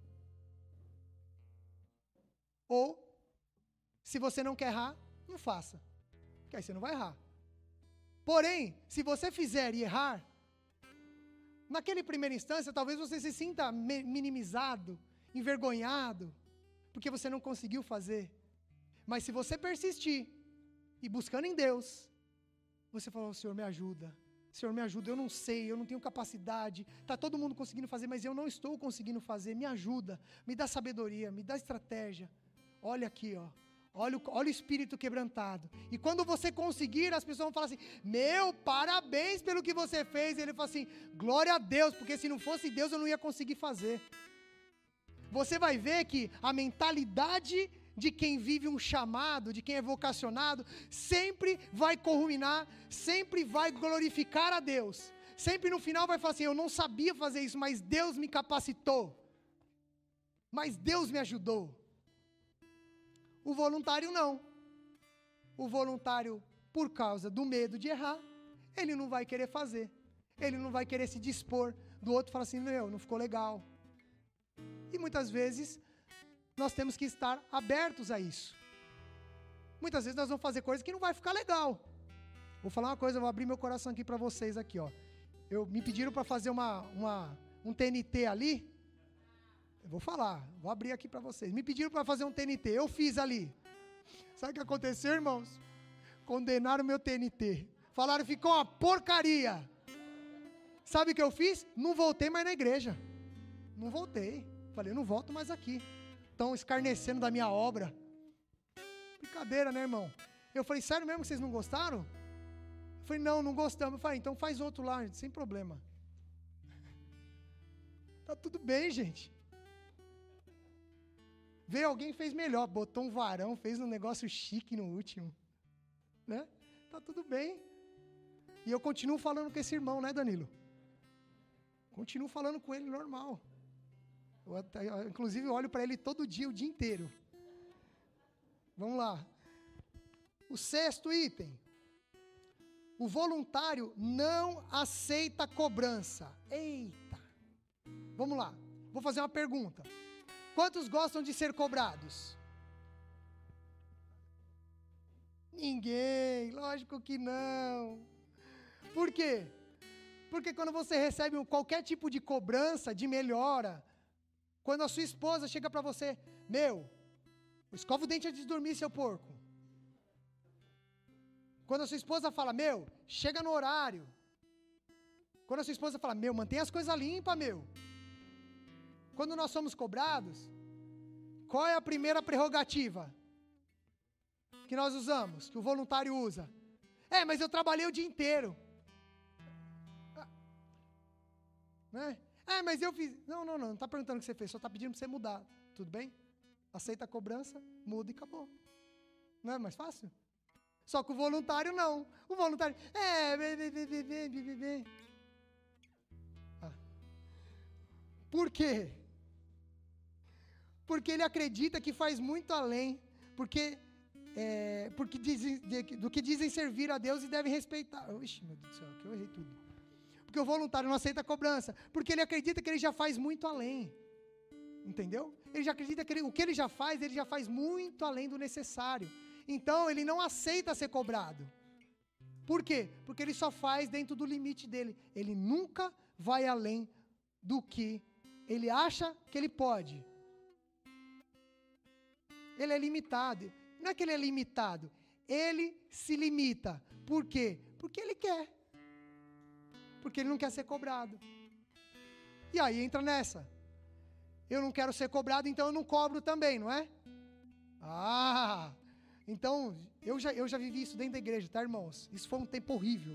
Speaker 1: Ou, se você não quer errar, não faça. Porque aí você não vai errar. Porém, se você fizer e errar, naquele primeira instância, talvez você se sinta minimizado, envergonhado, porque você não conseguiu fazer. Mas se você persistir, e buscando em Deus, você fala, Senhor, me ajuda. Senhor, me ajuda, eu não sei, eu não tenho capacidade. Está todo mundo conseguindo fazer, mas eu não estou conseguindo fazer. Me ajuda, me dá sabedoria, me dá estratégia. Olha aqui, ó. Olha o espírito quebrantado. E quando você conseguir, as pessoas vão falar assim, meu, parabéns pelo que você fez. E ele fala assim, glória a Deus, porque se não fosse Deus eu não ia conseguir fazer. Você vai ver que a mentalidade de quem vive um chamado, de quem é vocacionado, sempre vai culminar, sempre vai glorificar a Deus. Sempre no final vai falar assim, eu não sabia fazer isso, mas Deus me capacitou. Mas Deus me ajudou. O voluntário não. O voluntário, por causa do medo de errar, ele não vai querer fazer. Ele não vai querer se dispor do outro e falar assim, não ficou legal. E muitas vezes, nós temos que estar abertos a isso. Muitas vezes nós vamos fazer coisas que não vai ficar legal. Vou falar uma coisa, eu vou abrir meu coração aqui para vocês aqui, ó. Me pediram para fazer um TNT ali. Eu vou falar, vou abrir aqui para vocês. Me pediram para fazer um TNT, eu fiz ali. Sabe o que aconteceu, irmãos? Condenaram meu TNT. Falaram, ficou uma porcaria. Sabe o que eu fiz? Não voltei mais na igreja. Não voltei. Falei, não volto mais aqui. Estão escarnecendo da minha obra. Brincadeira, né, irmão? Eu falei, sério mesmo que vocês não gostaram? Eu falei, não gostamos. Eu falei, então faz outro lá, gente, sem problema. Tá tudo bem, gente. Veio alguém e fez melhor, botou um varão, fez um negócio chique no último. Né? Tá tudo bem. E eu continuo falando com esse irmão, né, Danilo? Continuo falando com ele normal. Inclusive, eu olho para ele todo dia, o dia inteiro. Vamos lá. O sexto item. O voluntário não aceita cobrança. Eita. Vamos lá. Vou fazer uma pergunta. Quantos gostam de ser cobrados? Ninguém. Lógico que não. Por quê? Porque quando você recebe qualquer tipo de cobrança, de melhora, Quando a sua esposa chega para você, escova o dente antes de dormir, seu porco. Quando a sua esposa fala, chega no horário. Quando a sua esposa fala, mantém as coisas limpas, Quando nós somos cobrados, qual é a primeira prerrogativa que nós usamos, que o voluntário usa? Mas eu trabalhei o dia inteiro. Né? Mas eu fiz... Não está perguntando o que você fez, só está pedindo para você mudar. Tudo bem? Aceita a cobrança, muda e acabou. Não é mais fácil? Só que o voluntário não. O voluntário... Por quê? Porque ele acredita que faz muito além. Porque do que dizem servir a Deus e devem respeitar. Ixi, meu Deus do céu, que eu errei tudo. Porque o voluntário não aceita a cobrança. Porque ele acredita que ele já faz muito além. Entendeu? Ele já acredita que o que ele já faz muito além do necessário. Então, ele não aceita ser cobrado. Por quê? Porque ele só faz dentro do limite dele. Ele nunca vai além do que ele acha que ele pode. Ele é limitado. Não é que ele é limitado. Ele se limita. Por quê? Porque ele quer. Porque ele não quer ser cobrado. E aí entra nessa. Eu não quero ser cobrado, então eu não cobro também, não é? Então, eu já vivi isso dentro da igreja, tá, irmãos? Isso foi um tempo horrível.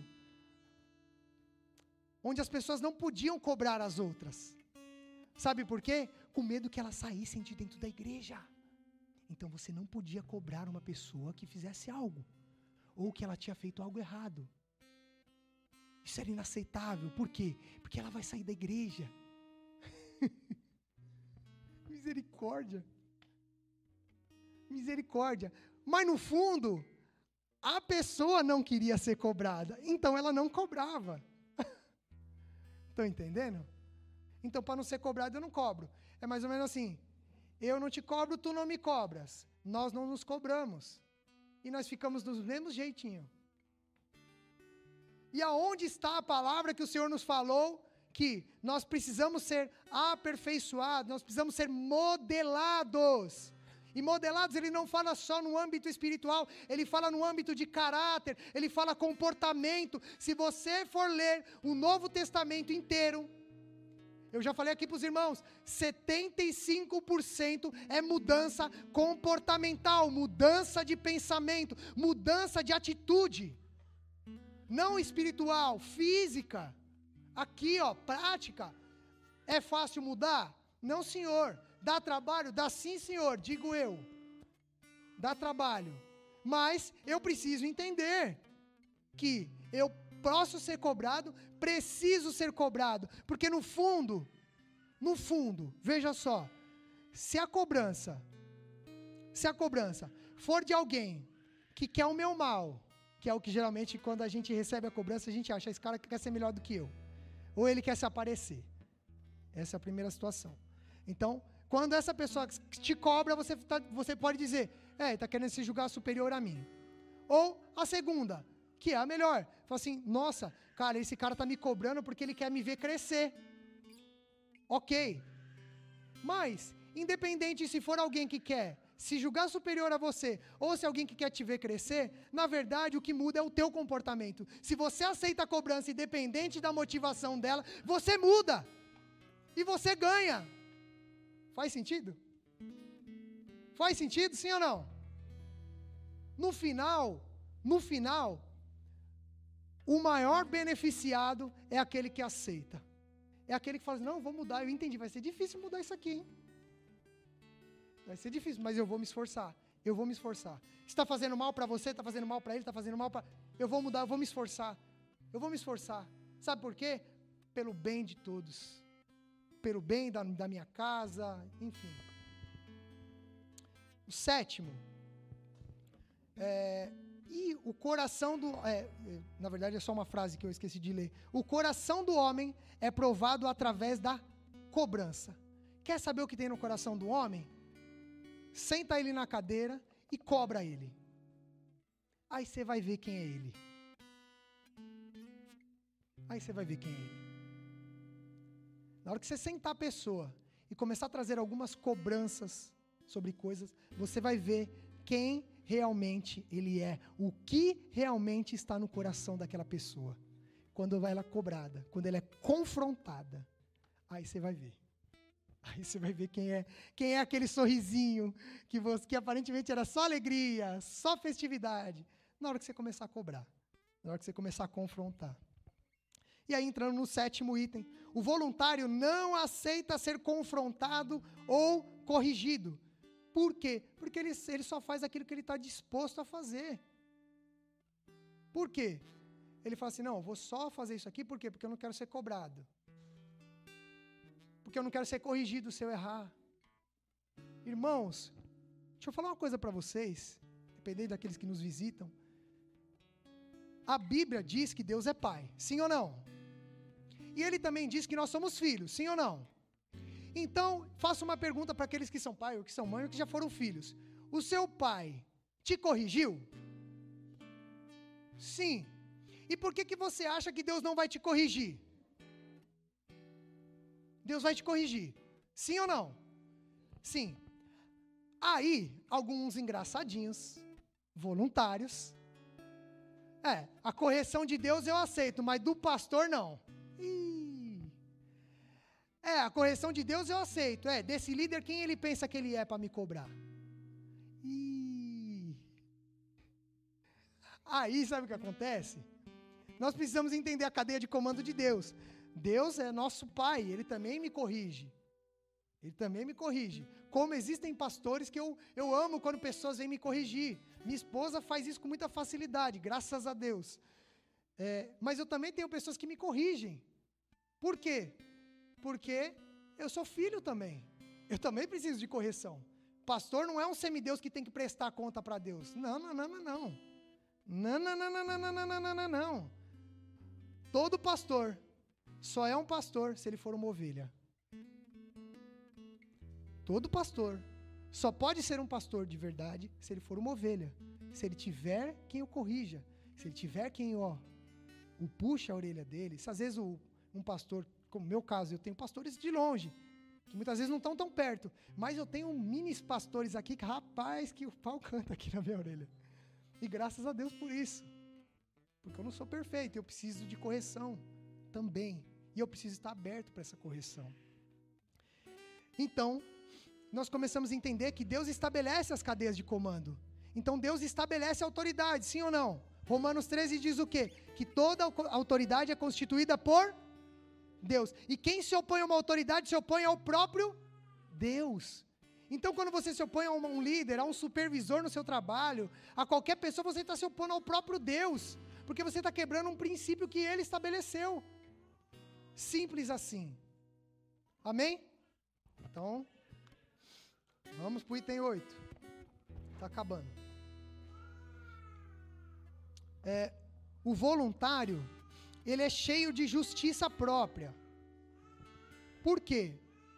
Speaker 1: Onde as pessoas não podiam cobrar as outras. Sabe por quê? Com medo que elas saíssem de dentro da igreja. Então, você não podia cobrar uma pessoa que fizesse algo. Ou que ela tinha feito algo errado. Isso era inaceitável. Por quê? Porque ela vai sair da igreja. Misericórdia. Misericórdia. Mas no fundo, a pessoa não queria ser cobrada. Então ela não cobrava. Estão entendendo? Então, para não ser cobrado, eu não cobro. É mais ou menos assim. Eu não te cobro, tu não me cobras. Nós não nos cobramos. E nós ficamos do mesmo jeitinho. E aonde está a palavra que o Senhor nos falou? Que nós precisamos ser aperfeiçoados, nós precisamos ser modelados. E modelados, ele não fala só no âmbito espiritual, ele fala no âmbito de caráter, ele fala comportamento. Se você for ler o Novo Testamento inteiro, eu já falei aqui para os irmãos, 75% é mudança comportamental, mudança de pensamento, mudança de atitude. Não espiritual, física. Aqui, prática. É fácil mudar? Não, senhor. Dá trabalho? Dá sim, senhor, digo eu. Dá trabalho. Mas eu preciso entender que eu posso ser cobrado, preciso ser cobrado. Porque no fundo, veja só, se a cobrança for de alguém que quer o meu mal, que é o que geralmente quando a gente recebe a cobrança, a gente acha, esse cara quer ser melhor do que eu. Ou ele quer se aparecer. Essa é a primeira situação. Então, quando essa pessoa te cobra, você pode dizer, está querendo se julgar superior a mim. Ou a segunda, que é a melhor. Fala assim, nossa, cara, esse cara está me cobrando porque ele quer me ver crescer. Ok. Mas, independente se for alguém que quer se julgar superior a você, ou se alguém que quer te ver crescer, na verdade o que muda é o teu comportamento. Se você aceita a cobrança independente da motivação dela, você muda. E você ganha. Faz sentido? Faz sentido, sim ou não? No final, o maior beneficiado é aquele que aceita. É aquele que fala, não, vou mudar, eu entendi, vai ser difícil mudar isso aqui, hein? Vai ser difícil, mas eu vou me esforçar. Está fazendo mal para você, está fazendo mal para ele, está fazendo mal para... Eu vou mudar, eu vou me esforçar. Sabe por quê? Pelo bem de todos. Pelo bem da minha casa, enfim. O sétimo. E o coração do... na verdade é só uma frase que eu esqueci de ler. O coração do homem é provado através da cobrança. Quer saber o que tem no coração do homem? Senta ele na cadeira e cobra ele. Aí você vai ver quem é ele. Na hora que você sentar a pessoa e começar a trazer algumas cobranças sobre coisas, você vai ver quem realmente ele é, o que realmente está no coração daquela pessoa. Quando ela é cobrada, quando ela é confrontada, aí você vai ver. Aí você vai ver quem é aquele sorrisinho que aparentemente era só alegria, só festividade, na hora que você começar a cobrar, na hora que você começar a confrontar. E aí, entrando no 7º item, o voluntário não aceita ser confrontado ou corrigido. Por quê? Porque ele só faz aquilo que ele está disposto a fazer. Por quê? Ele fala assim, não, eu vou só fazer isso aqui, por quê? Porque eu não quero ser cobrado. Porque eu não quero ser corrigido se eu errar. Irmãos, deixa eu falar uma coisa para vocês, dependendo daqueles que nos visitam. A Bíblia diz que Deus é Pai, sim ou não? E Ele também diz que nós somos filhos, sim ou não? Então, faço uma pergunta para aqueles que são pai, ou que são mãe, ou que já foram filhos. O seu pai te corrigiu? Sim. E por que você acha que Deus não vai te corrigir? Deus vai te corrigir. Sim ou não? Sim. Aí, alguns engraçadinhos, voluntários. A correção de Deus eu aceito, mas do pastor não. A correção de Deus eu aceito. Desse líder, quem ele pensa que ele é para me cobrar? Aí, sabe o que acontece? Nós precisamos entender a cadeia de comando de Deus. Deus é nosso Pai, Ele também me corrige. Ele também me corrige. Como existem pastores que eu amo quando pessoas vêm me corrigir. Minha esposa faz isso com muita facilidade, graças a Deus. Mas eu também tenho pessoas que me corrigem. Por quê? Porque eu sou filho também. Eu também preciso de correção. Pastor não é um semideus que tem que prestar conta para Deus. Não. Não. Todo pastor só é um pastor se ele for uma ovelha. Todo pastor só pode ser um pastor de verdade se ele for uma ovelha. Se ele tiver quem o corrija. Se ele tiver quem o puxa a orelha dele. Se às vezes um pastor, como no meu caso, eu tenho pastores de longe, que muitas vezes não estão tão perto. Mas eu tenho mini pastores aqui que, rapaz, que o pau canta aqui na minha orelha. E graças a Deus por isso. Porque eu não sou perfeito, eu preciso de correção também. E eu preciso estar aberto para essa correção. Então, nós começamos a entender que Deus estabelece as cadeias de comando. Então, Deus estabelece a autoridade, sim ou não? Romanos 13 diz o quê? Que toda autoridade é constituída por Deus. E quem se opõe a uma autoridade se opõe ao próprio Deus. Então, quando você se opõe a um líder, a um supervisor no seu trabalho, a qualquer pessoa, você está se opondo ao próprio Deus. Porque você está quebrando um princípio que Ele estabeleceu. Simples assim. Amém? Então, vamos para o item 8. Está acabando. O voluntário, ele é cheio de justiça própria. Por quê?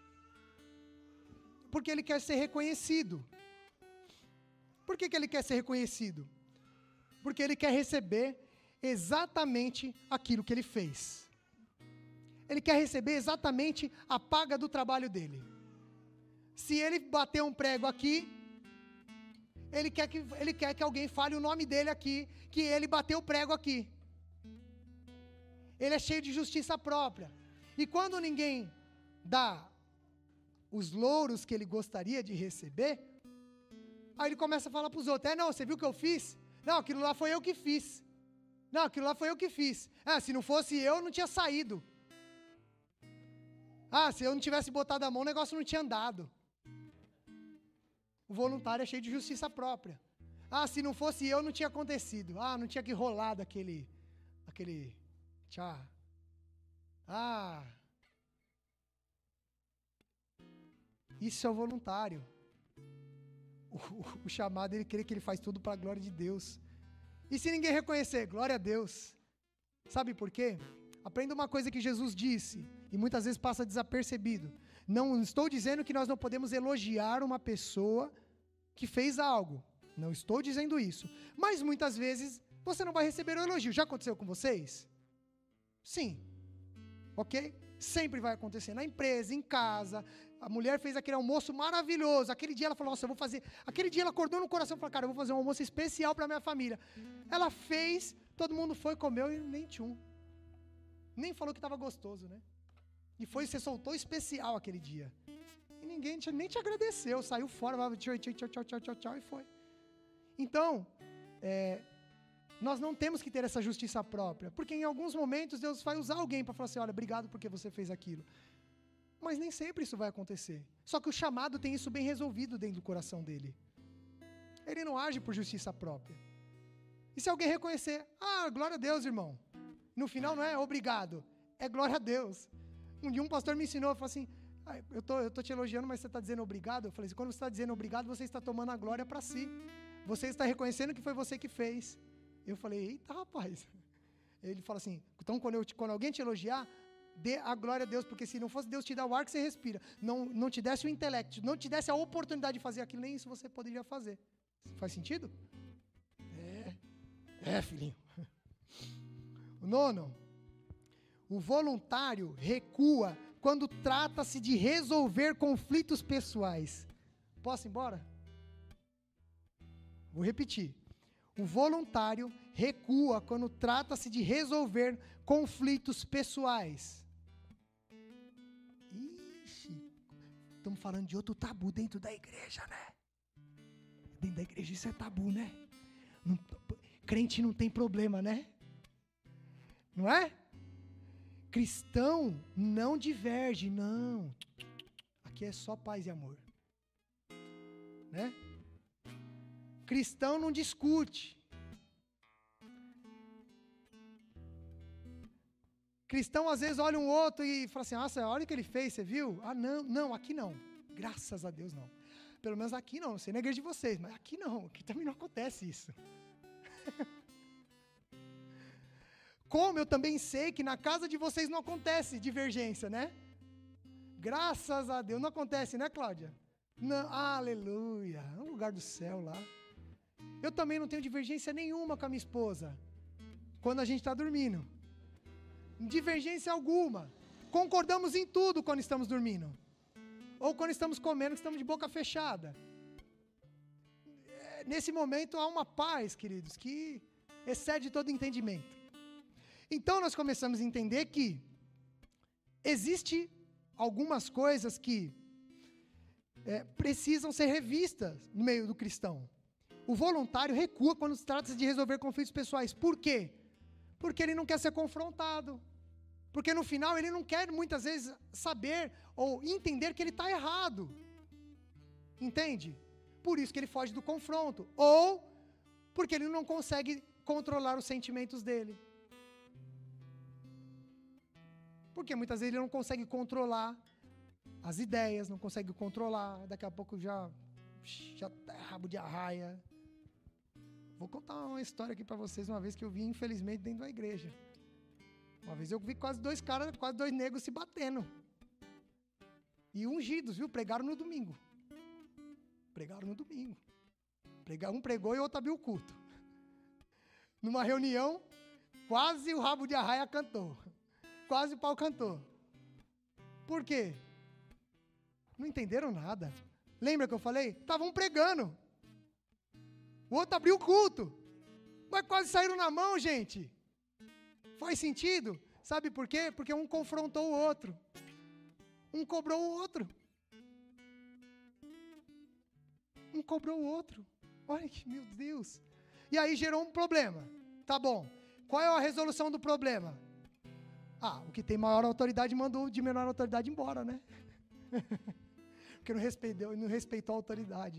Speaker 1: Porque ele quer ser reconhecido. Por que ele quer ser reconhecido? Porque ele quer receber exatamente aquilo que ele fez. Ele quer receber exatamente a paga do trabalho dele. Se ele bater um prego aqui, ele quer que alguém fale o nome dele aqui, que ele bateu o prego aqui. Ele é cheio de justiça própria. E quando ninguém dá os louros que ele gostaria de receber, aí ele começa a falar para os outros, não, você viu o que eu fiz? Não, aquilo lá foi eu que fiz. Não, aquilo lá foi eu que fiz. Se não fosse eu não tinha saído. Se eu não tivesse botado a mão, o negócio não tinha andado. O voluntário é cheio de justiça própria. Se não fosse eu, não tinha acontecido. Não tinha que rolar aquele tchá. Isso é o voluntário. O chamado, ele crê que ele faz tudo para a glória de Deus. E se ninguém reconhecer, glória a Deus. Sabe por quê? Aprenda uma coisa que Jesus disse, e muitas vezes passa desapercebido. Não estou dizendo que nós não podemos elogiar uma pessoa que fez algo. Não estou dizendo isso. Mas muitas vezes você não vai receber o elogio. Já aconteceu com vocês? Sim. Ok? Sempre vai acontecer na empresa, em casa, A mulher fez aquele almoço maravilhoso. Aquele dia ela falou, nossa, eu vou fazer... Aquele dia ela acordou no coração e falou, cara, eu vou fazer um almoço especial para minha família. Ela fez, todo mundo foi, comeu e nem tchum. Nem falou que estava gostoso, né? E foi, você soltou especial aquele dia. E ninguém nem te agradeceu. Saiu fora, tchau, tchau, tchau, tchau, tchau, tchau, e foi. Então, nós não temos que ter essa justiça própria. Porque em alguns momentos Deus vai usar alguém para falar assim, olha, obrigado porque você fez aquilo. Mas nem sempre isso vai acontecer. Só que o chamado tem isso bem resolvido dentro do coração dele. Ele não age por justiça própria. E se alguém reconhecer, glória a Deus, irmão. No final não é obrigado, é glória a Deus. Um dia um pastor me ensinou, falou assim, eu tô te elogiando, mas você está dizendo obrigado? Eu falei assim, quando você está dizendo obrigado, você está tomando a glória para si. Você está reconhecendo que foi você que fez. Eu falei, eita rapaz. Ele fala assim, então quando alguém te elogiar, dê a glória a Deus, porque se não fosse Deus te dar o ar que você respira, não te desse o intelecto, não te desse a oportunidade de fazer aquilo, nem isso você poderia fazer. Faz sentido? Filhinho. O 9, o voluntário recua quando trata-se de resolver conflitos pessoais. Posso ir embora? Vou repetir. O voluntário recua quando trata-se de resolver conflitos pessoais. Ixi, estamos falando de outro tabu dentro da igreja, né? Dentro da igreja isso é tabu, né? Crente não tem problema, né? Não é? Cristão não diverge, não. Aqui é só paz e amor. Né? Cristão não discute. Cristão às vezes olha um outro e fala assim, nossa, olha o que ele fez, você viu? Não, aqui não. Graças a Deus não. Pelo menos aqui não sei na igreja de vocês, mas aqui não, aqui também não acontece isso. Como eu também sei que na casa de vocês não acontece divergência, né? Graças a Deus, não acontece, né, Cláudia? Não, aleluia, é um lugar do céu lá. Eu também não tenho divergência nenhuma com a minha esposa, quando a gente está dormindo. Divergência alguma. Concordamos em tudo quando estamos dormindo. Ou quando estamos comendo, que estamos de boca fechada. Nesse momento há uma paz, queridos, que excede todo entendimento. Então nós começamos a entender que existe algumas coisas que precisam ser revistas no meio do cristão. O voluntário recua quando se trata de resolver conflitos pessoais. Por quê? Porque ele não quer ser confrontado. Porque no final ele não quer muitas vezes saber ou entender que ele está errado. Entende? Por isso que ele foge do confronto. Ou porque ele não consegue controlar os sentimentos dele. Porque muitas vezes ele não consegue controlar as ideias, não consegue controlar, daqui a pouco já tá rabo de arraia. Vou contar uma história aqui para vocês, uma vez que eu vi, infelizmente, dentro da igreja. Uma vez eu vi quase dois negros se batendo. E ungidos, viu? Pregaram no domingo. Um pregou e o outro abriu o culto. Numa reunião, quase o rabo de arraia cantou. Quase o pau cantou. Por quê? Não entenderam nada. Lembra que eu falei? Estavam pregando. O outro abriu o culto. Mas quase saíram na mão, gente. Faz sentido? Sabe por quê? Porque um confrontou o outro. Um cobrou o outro. Olha que, meu Deus. E aí gerou um problema. Tá bom. Qual é a resolução do problema? O que tem maior autoridade mandou o de menor autoridade embora, né? Porque não respeitou a autoridade.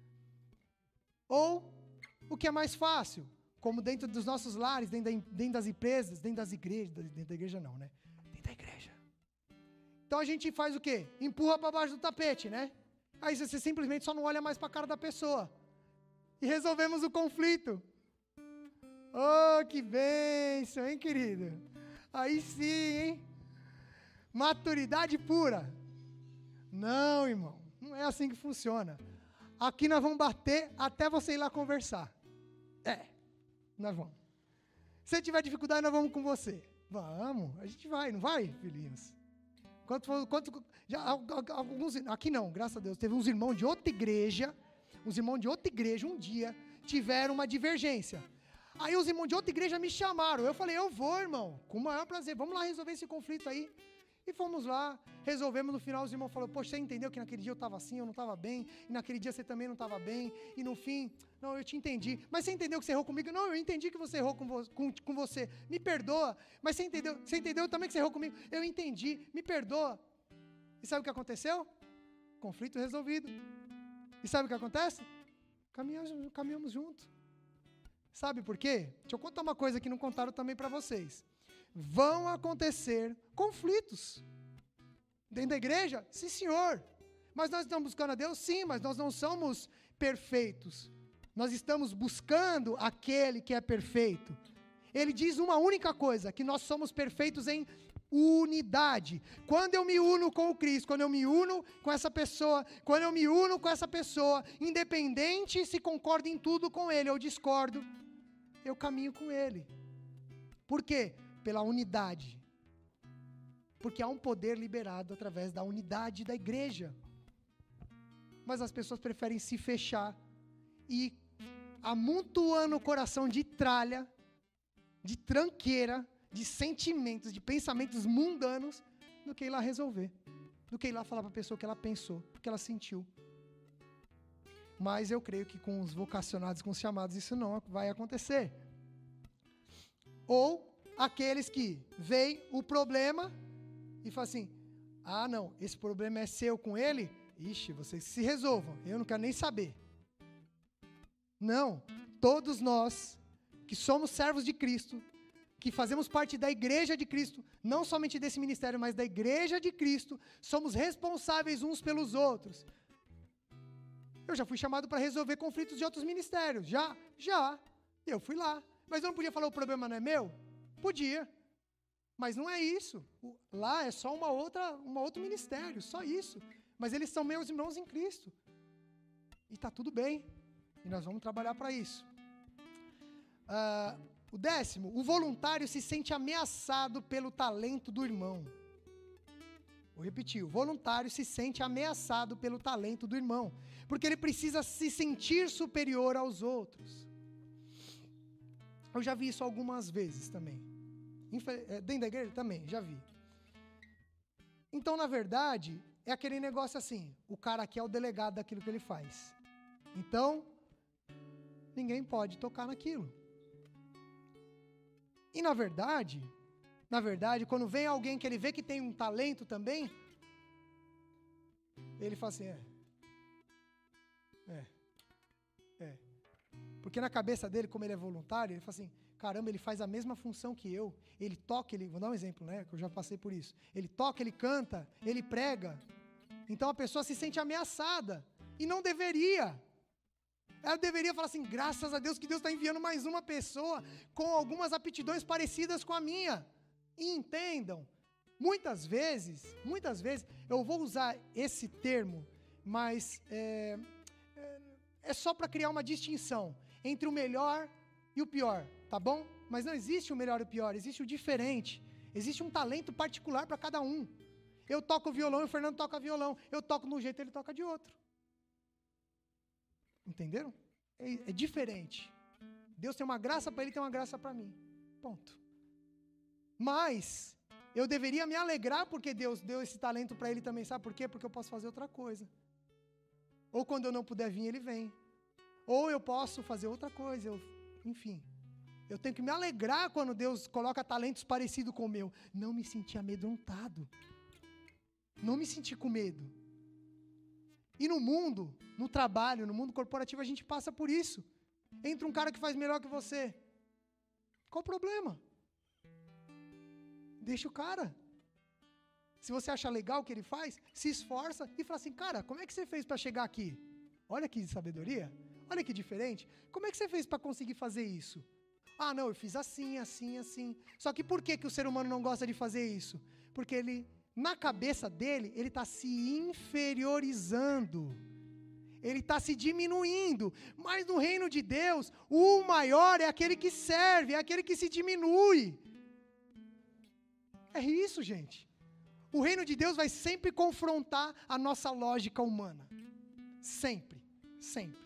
Speaker 1: Ou, o que é mais fácil? Como dentro dos nossos lares, dentro das empresas, dentro das igrejas, dentro da igreja não, né? Dentro da igreja. Então a gente faz o quê? Empurra para baixo do tapete, né? Aí você simplesmente só não olha mais para a cara da pessoa. E resolvemos o conflito. Oh, que bênção, hein, querido? Aí sim, hein? Maturidade pura. Não, irmão, não é assim que funciona. Aqui nós vamos bater até você ir lá conversar. Nós vamos. Se tiver dificuldade, nós vamos com você. Vamos, a gente vai, não vai, filhinhos? Alguns, aqui não, graças a Deus. Teve uns irmãos de outra igreja, um dia, tiveram uma divergência. Aí os irmãos de outra igreja me chamaram. Eu falei, eu vou, irmão, com o maior prazer. Vamos lá resolver esse conflito aí. E fomos lá, resolvemos. No final os irmãos falaram, poxa, você entendeu que naquele dia eu estava assim, eu não estava bem. E naquele dia você também não estava bem. E no fim, não, eu te entendi. Mas você entendeu que você errou comigo? Não, eu entendi que você errou com você. Me perdoa. Mas você entendeu também que você errou comigo? Eu entendi, me perdoa. E sabe o que aconteceu? Conflito resolvido. E sabe o que acontece? Caminhamos juntos. Sabe por quê? Deixa eu contar uma coisa que não contaram também para vocês. Vão acontecer conflitos. Dentro da igreja? Sim, senhor. Mas nós estamos buscando a Deus? Sim, mas nós não somos perfeitos. Nós estamos buscando aquele que é perfeito. Ele diz uma única coisa, que nós somos perfeitos em unidade. Quando eu me uno com o Cristo, quando eu me uno com essa pessoa, independente se concordo em tudo com ele ou discordo, eu caminho com ele. Por quê? Pela unidade. Porque há um poder liberado através da unidade da igreja. Mas as pessoas preferem se fechar e amontoando o coração de tralha, de tranqueira, de sentimentos, de pensamentos mundanos, do que ir lá resolver. Do que ir lá falar para a pessoa o que ela pensou, o que ela sentiu. Mas eu creio que com os vocacionados, com os chamados, isso não vai acontecer. Ou aqueles que veem o problema e falam assim, ah não, esse problema é seu com ele, ixi, vocês se resolvam, eu não quero nem saber. Não, todos nós que somos servos de Cristo, que fazemos parte da igreja de Cristo, não somente desse ministério, mas da igreja de Cristo, somos responsáveis uns pelos outros. Eu já fui chamado para resolver conflitos de outros ministérios, já, eu fui lá, mas eu não podia falar o problema não é meu? Podia, mas não é isso, lá é só outro ministério, só isso, mas eles são meus irmãos em Cristo, e está tudo bem, e nós vamos trabalhar para isso. O 10º, o voluntário se sente ameaçado pelo talento do irmão. Vou repetir, o voluntário se sente ameaçado pelo talento do irmão, porque ele precisa se sentir superior aos outros. Eu já vi isso algumas vezes também. Dentro da igreja também, já vi. Então, na verdade, é aquele negócio assim, o cara aqui é o delegado daquilo que ele faz. Então, ninguém pode tocar naquilo. E na verdade, quando vem alguém que ele vê que tem um talento também, ele fala assim, porque na cabeça dele, como ele é voluntário, ele fala assim, caramba, ele faz a mesma função que eu, ele toca, vou dar um exemplo, né, que eu já passei por isso, ele toca, ele canta, ele prega, então a pessoa se sente ameaçada, e não deveria. Ela deveria falar assim, graças a Deus que Deus está enviando mais uma pessoa com algumas aptidões parecidas com a minha. E entendam, muitas vezes, eu vou usar esse termo, mas é só para criar uma distinção entre o melhor e o pior, tá bom? Mas não existe o melhor e o pior, existe o diferente. Existe um talento particular para cada um. Eu toco violão e o Fernando toca violão. Eu toco de um jeito e ele toca de outro. Entenderam? É diferente. Deus tem uma graça para ele e tem uma graça para mim. Ponto. Mas eu deveria me alegrar porque Deus deu esse talento para ele também. Sabe por quê? Porque eu posso fazer outra coisa. Ou quando eu não puder vir, ele vem. Ou eu posso fazer outra coisa. Enfim. Eu tenho que me alegrar quando Deus coloca talentos parecidos com o meu. Não me sentir amedrontado. Não me sentir com medo. E no mundo, no trabalho, no mundo corporativo, a gente passa por isso. Entra um cara que faz melhor que você. Qual o problema? Deixa o cara. Se você acha legal o que ele faz, se esforça e fala assim, cara, como é que você fez para chegar aqui? Olha que sabedoria. Olha que diferente. Como é que você fez para conseguir fazer isso? Ah, não, eu fiz assim, assim, assim. Só que por que o ser humano não gosta de fazer isso? Porque ele... Na cabeça dele, ele está se inferiorizando, ele está se diminuindo, mas no reino de Deus, o maior é aquele que serve, é aquele que se diminui. É isso, gente. O reino de Deus vai sempre confrontar a nossa lógica humana. Sempre, sempre.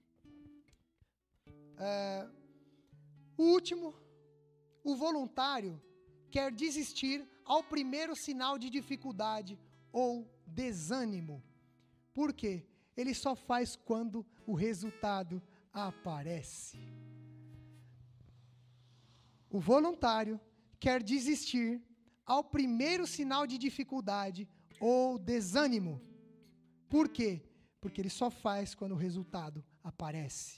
Speaker 1: O último, o voluntário quer desistir ao primeiro sinal de dificuldade ou desânimo. Por quê? Ele só faz quando o resultado aparece. O voluntário quer desistir ao primeiro sinal de dificuldade ou desânimo. Por quê? Porque ele só faz quando o resultado aparece.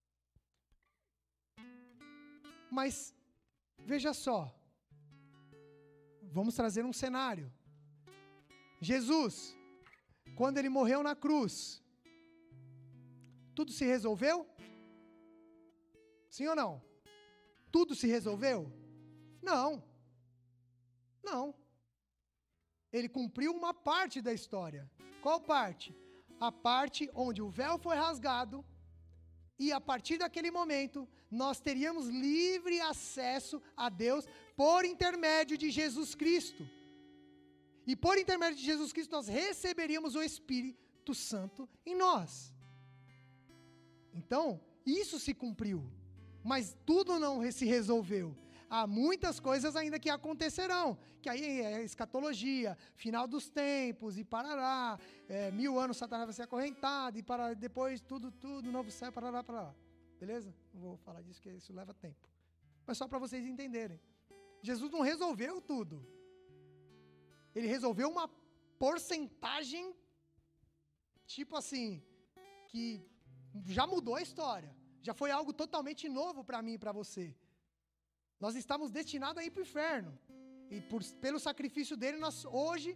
Speaker 1: Mas, veja só, vamos trazer um cenário. Jesus, quando ele morreu na cruz, tudo se resolveu? Sim ou não? Tudo se resolveu? Não. Não. Ele cumpriu uma parte da história. Qual parte? A parte onde o véu foi rasgado e a partir daquele momento nós teríamos livre acesso a Deus por intermédio de Jesus Cristo. E por intermédio de Jesus Cristo nós receberíamos o Espírito Santo em nós. Então, isso se cumpriu, mas tudo não se resolveu. Há muitas coisas ainda que acontecerão, que aí é escatologia, final dos tempos, e parará, 1000 anos Satanás vai ser acorrentado, e para depois tudo, novo céu, parará. Beleza? Não vou falar disso, porque isso leva tempo. Mas só para vocês entenderem. Jesus não resolveu tudo. Ele resolveu uma porcentagem, tipo assim, que já mudou a história. Já foi algo totalmente novo para mim e para você. Nós estamos destinados a ir para o inferno. E pelo sacrifício dele, nós hoje,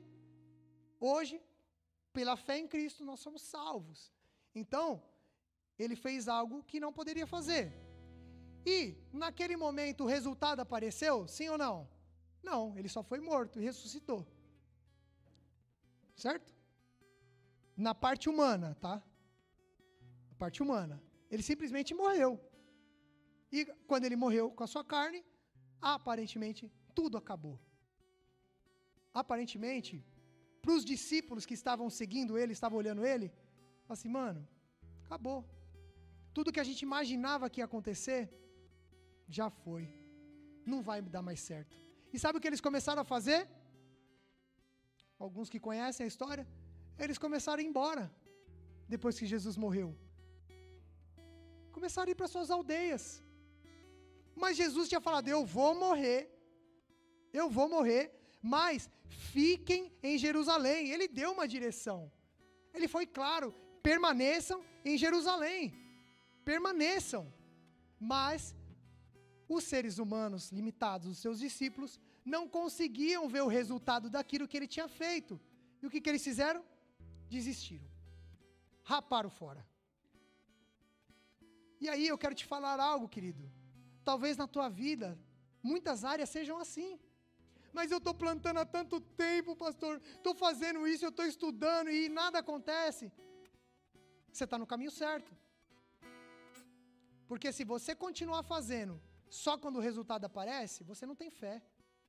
Speaker 1: pela fé em Cristo, nós somos salvos. Então, ele fez algo que não poderia fazer. E, naquele momento, o resultado apareceu? Sim ou não? Não, ele só foi morto e ressuscitou. Certo? Na parte humana, tá? Na parte humana. Ele simplesmente morreu. E quando ele morreu com a sua carne, aparentemente, tudo acabou. Aparentemente, para os discípulos que estavam seguindo ele, estavam olhando ele, assim, mano, acabou. Tudo que a gente imaginava que ia acontecer, já foi. Não vai dar mais certo. E sabe o que eles começaram a fazer? Alguns que conhecem a história, eles começaram a ir embora, depois que Jesus morreu. Começaram a ir para suas aldeias. Mas Jesus tinha falado, eu vou morrer, mas fiquem em Jerusalém. Ele deu uma direção. Ele foi claro, permaneçam em Jerusalém. Permaneçam. Mas os seres humanos limitados, os seus discípulos, não conseguiam ver o resultado daquilo que ele tinha feito. E o que eles fizeram? Desistiram. Raparam fora. E aí eu quero te falar algo, querido. Talvez na tua vida, muitas áreas sejam assim. Mas eu estou plantando há tanto tempo, pastor. Estou fazendo isso, eu estou estudando e nada acontece. Você está no caminho certo. Porque se você continuar fazendo só quando o resultado aparece, você não tem fé.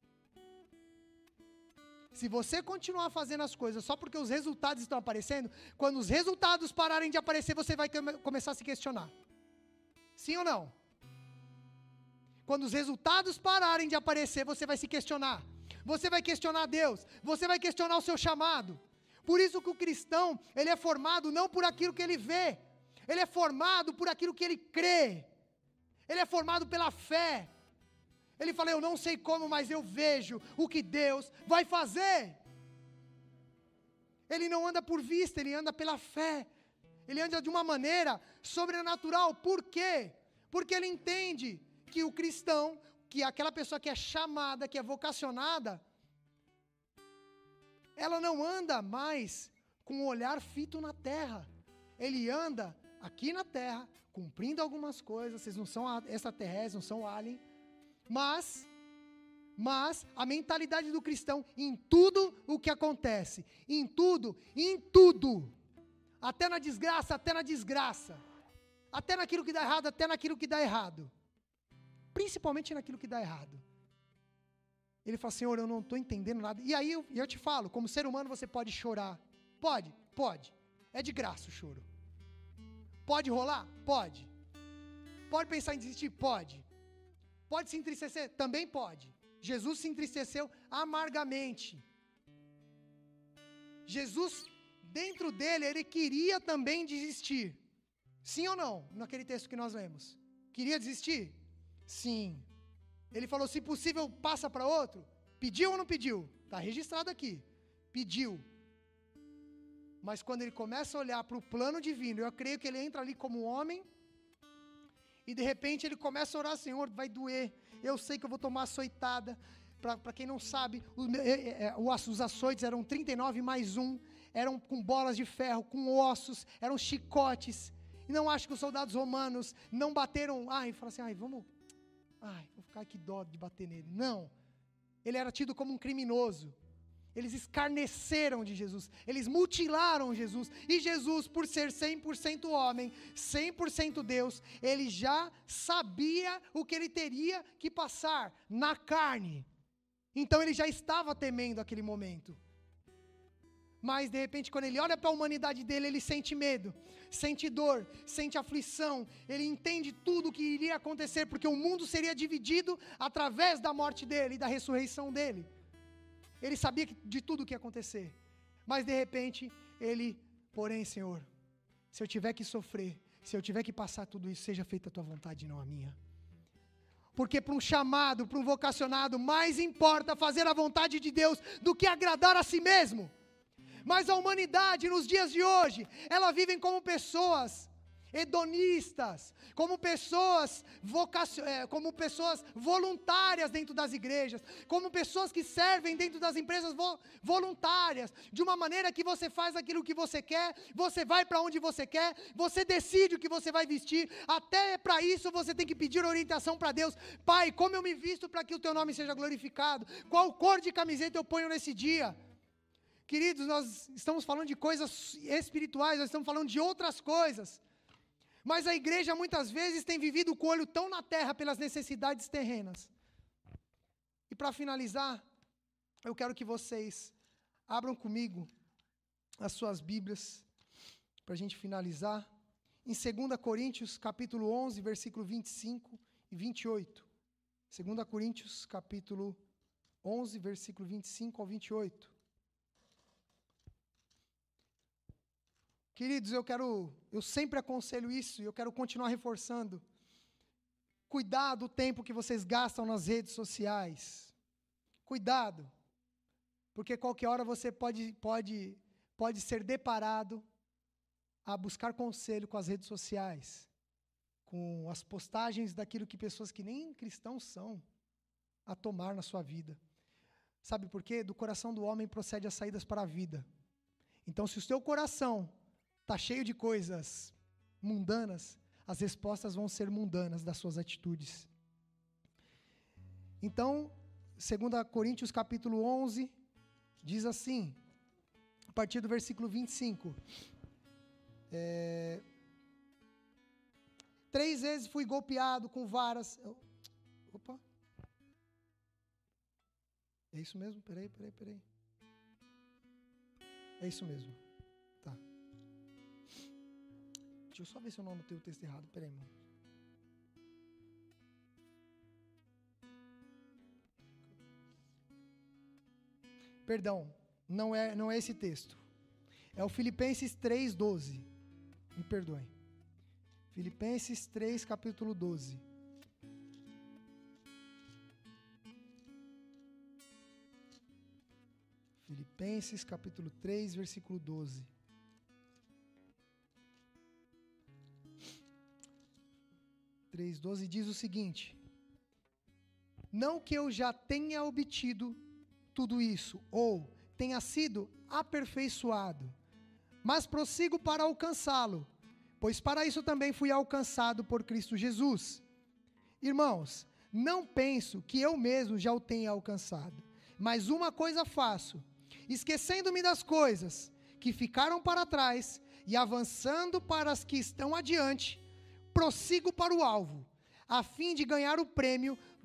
Speaker 1: Se você continuar fazendo as coisas só porque os resultados estão aparecendo, quando os resultados pararem de aparecer, você vai começar a se questionar. Sim ou não? Quando os resultados pararem de aparecer, você vai se questionar. Você vai questionar Deus. Você vai questionar o seu chamado. Por isso que o cristão, ele é formado não por aquilo que ele vê. Ele é formado por aquilo que ele crê. Ele é formado pela fé. Ele fala, eu não sei como, mas eu vejo o que Deus vai fazer. Ele não anda por vista, ele anda pela fé. Ele anda de uma maneira sobrenatural. Por quê? Porque ele entende que o cristão, que aquela pessoa que é chamada, que é vocacionada, ela não anda mais com o olhar fito na terra. Ele anda aqui na terra, cumprindo algumas coisas. Vocês não são extraterrestres, não são alien. Mas a mentalidade do cristão, em tudo o que acontece, em tudo, até na desgraça, até naquilo que dá errado, até naquilo que dá errado, principalmente naquilo que dá errado, ele fala, Senhor, eu não estou entendendo nada. E aí eu te falo, como ser humano você pode chorar. Pode. É de graça o choro. Pode rolar? Pode. Pode pensar em desistir? Pode. Pode se entristecer? Também pode. Jesus se entristeceu amargamente. Jesus, dentro dele, ele queria também desistir. Sim ou não? Naquele texto que nós lemos. Queria desistir? Sim. Ele falou, se possível, passa para outro. Pediu ou não pediu? Está registrado aqui. Pediu. Mas quando ele começa a olhar para o plano divino, eu creio que ele entra ali como homem, e de repente ele começa a orar, Senhor, vai doer, eu sei que eu vou tomar açoitada. Para quem não sabe, os açoites eram 39 mais 1, eram com bolas de ferro, com ossos, eram chicotes. E não acho que os soldados romanos não bateram, falaram assim, vou ficar aqui dó de bater nele. Não, ele era tido como um criminoso. Eles escarneceram de Jesus, eles mutilaram Jesus, e Jesus, por ser 100% homem, 100% Deus, ele já sabia o que ele teria que passar na carne, então ele já estava temendo aquele momento. Mas de repente, quando ele olha para a humanidade dele, ele sente medo, sente dor, sente aflição, ele entende tudo o que iria acontecer, porque o mundo seria dividido através da morte dele e da ressurreição dele. Ele sabia de tudo o que ia acontecer, mas de repente, porém, Senhor, se eu tiver que sofrer, se eu tiver que passar tudo isso, seja feita a tua vontade e não a minha. Porque para um chamado, para um vocacionado, mais importa fazer a vontade de Deus do que agradar a si mesmo. Mas a humanidade, nos dias de hoje, ela vive como pessoas hedonistas, como pessoas voluntárias dentro das igrejas, como pessoas que servem dentro das empresas voluntárias, de uma maneira que você faz aquilo que você quer, você vai para onde você quer, você decide o que você vai vestir, até para isso você tem que pedir orientação para Deus. Pai, como eu me visto para que o teu nome seja glorificado? Qual cor de camiseta eu ponho nesse dia? Queridos, nós estamos falando de coisas espirituais, nós estamos falando de outras coisas. Mas a igreja muitas vezes tem vivido com o olho tão na terra pelas necessidades terrenas. E para finalizar, eu quero que vocês abram comigo as suas Bíblias, para a gente finalizar, em 2 Coríntios, capítulo 11, versículo 25 e 28. 2 Coríntios, capítulo 11, versículo 25 ao 28. Queridos, eu sempre aconselho isso e eu quero continuar reforçando. Cuidado do tempo que vocês gastam nas redes sociais. Cuidado, porque qualquer hora você pode ser deparado a buscar conselho com as redes sociais, com as postagens daquilo que pessoas que nem cristãos são, a tomar na sua vida. Sabe por quê? Do coração do homem procede as saídas para a vida. Então, se o seu coração está cheio de coisas mundanas, as respostas vão ser mundanas das suas atitudes. Então, 2 Coríntios capítulo 11, diz assim, a partir do versículo 25. 3 vezes fui golpeado com varas. Opa. É isso mesmo? Peraí. É isso mesmo. Tá. Deixa eu só ver se eu não anotei o texto errado. Peraí, irmão. Perdão, não é esse texto. É o Filipenses 3:12. Me perdoem. Filipenses 3, capítulo 12. Filipenses, capítulo 3, versículo 12. Diz o seguinte: não que eu já tenha obtido tudo isso, ou tenha sido aperfeiçoado, mas prossigo para alcançá-lo, pois para isso também fui alcançado por Cristo Jesus. Irmãos, não penso que eu mesmo já o tenha alcançado, mas uma coisa faço, esquecendo-me das coisas que ficaram para trás e avançando para as que estão adiante, prossigo para o alvo, a fim de ganhar o prêmio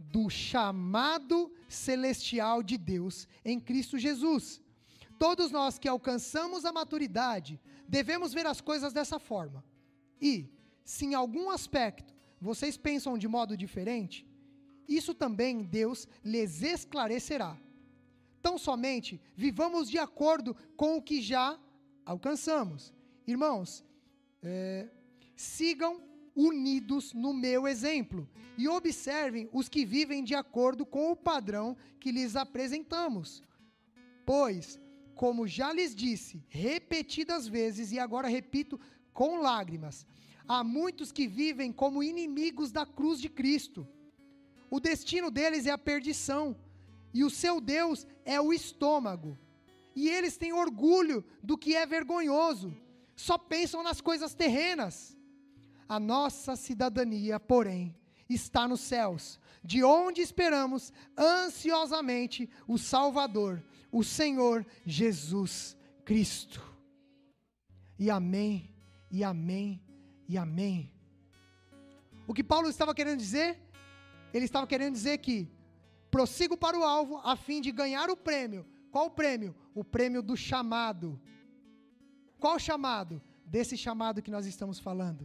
Speaker 1: do chamado celestial de Deus em Cristo Jesus. Todos nós que alcançamos a maturidade, devemos ver as coisas dessa forma. E, se em algum aspecto vocês pensam de modo diferente, isso também Deus lhes esclarecerá. Tão somente vivamos de acordo com o que já alcançamos. Irmãos, sigam unidos no meu exemplo e observem os que vivem de acordo com o padrão que lhes apresentamos. Pois, como já lhes disse repetidas vezes e agora repito com lágrimas, há muitos que vivem como inimigos da cruz de Cristo. O destino deles é a perdição e o seu Deus é o estômago. E eles têm orgulho do que é vergonhoso, só pensam nas coisas terrenas. A nossa cidadania, porém, está nos céus, de onde esperamos ansiosamente o Salvador, o Senhor Jesus Cristo. E amém, e amém, e amém. O que Paulo estava querendo dizer? Ele estava querendo dizer que prossigo para o alvo a fim de ganhar o prêmio. Qual o prêmio? O prêmio do chamado. Qual chamado? Desse chamado que nós estamos falando.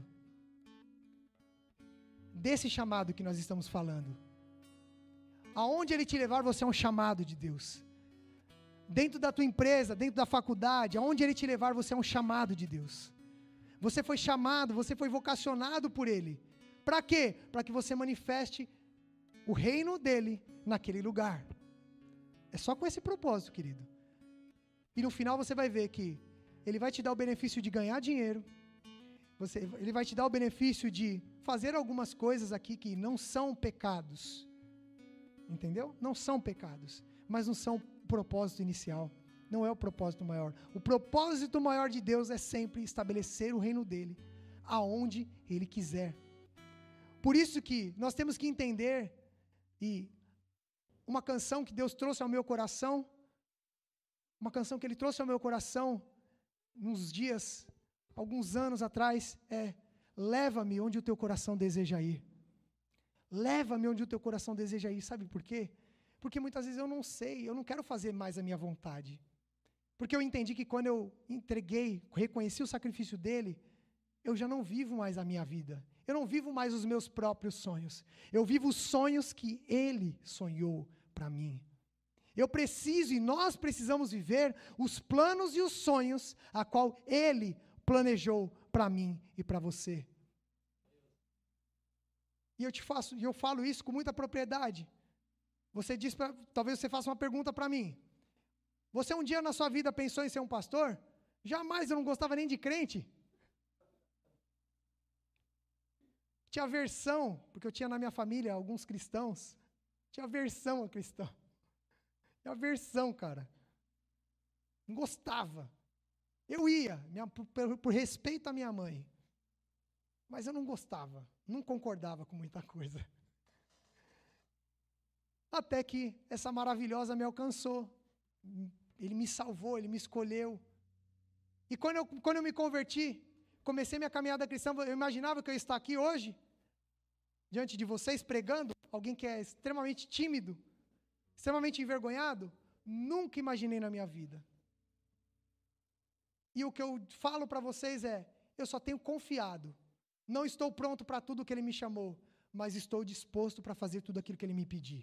Speaker 1: Desse chamado que nós estamos falando. Aonde ele te levar, você é um chamado de Deus. Dentro da tua empresa, dentro da faculdade, aonde ele te levar, você é um chamado de Deus. Você foi chamado, você foi vocacionado por ele. Para quê? Para que você manifeste o reino dele naquele lugar. É só com esse propósito, querido. E no final você vai ver que ele vai te dar o benefício de ganhar dinheiro. Ele vai te dar o benefício de fazer algumas coisas aqui que não são pecados. Entendeu? Não são pecados, mas não são o propósito inicial. Não é o propósito maior. O propósito maior de Deus é sempre estabelecer o reino dele, aonde ele quiser. Por isso que nós temos que entender, e uma canção que Deus trouxe ao meu coração, uma canção que ele trouxe ao meu coração, uns dias, alguns anos atrás, leva-me onde o teu coração deseja ir. Leva-me onde o teu coração deseja ir. Sabe por quê? Porque muitas vezes eu não sei, eu não quero fazer mais a minha vontade. Porque eu entendi que quando eu entreguei, reconheci o sacrifício dele, eu já não vivo mais a minha vida. Eu não vivo mais os meus próprios sonhos. Eu vivo os sonhos que ele sonhou para mim. Eu preciso e nós precisamos viver os planos e os sonhos a qual ele planejou para mim e para você. E eu falo isso com muita propriedade. Talvez você faça uma pergunta para mim. Você um dia na sua vida pensou em ser um pastor? Jamais, eu não gostava nem de crente. Tinha aversão, porque eu tinha na minha família alguns cristãos. Tinha aversão a cristão. Tinha aversão, cara. Não gostava. Eu ia, por respeito à minha mãe. Mas eu não gostava, não concordava com muita coisa. Até que essa maravilhosa me alcançou. Ele me salvou, ele me escolheu. E quando eu me converti, comecei minha caminhada cristã, eu imaginava que eu ia estar aqui hoje, diante de vocês, pregando, alguém que é extremamente tímido, extremamente envergonhado. Nunca imaginei na minha vida. E o que eu falo para vocês eu só tenho confiado. Não estou pronto para tudo que ele me chamou, mas estou disposto para fazer tudo aquilo que ele me pedir.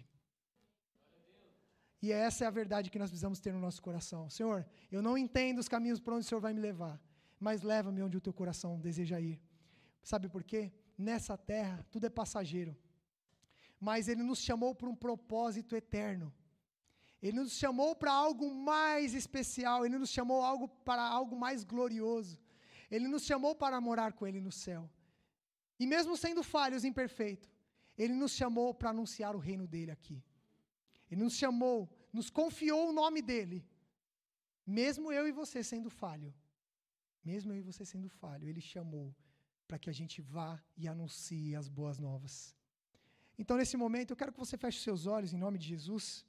Speaker 1: E essa é a verdade que nós precisamos ter no nosso coração. Senhor, eu não entendo os caminhos por onde o Senhor vai me levar, mas leva-me onde o teu coração deseja ir. Sabe por quê? Nessa terra, tudo é passageiro. Mas ele nos chamou para um propósito eterno. Ele nos chamou para algo mais especial. Ele nos chamou para algo mais glorioso. Ele nos chamou para morar com ele no céu. E mesmo sendo falhos e imperfeitos, ele nos chamou para anunciar o reino dele aqui. Ele nos chamou, nos confiou o nome dele. Mesmo eu e você sendo falho. Mesmo eu e você sendo falho, ele chamou para que a gente vá e anuncie as boas novas. Então, nesse momento, eu quero que você feche seus olhos em nome de Jesus.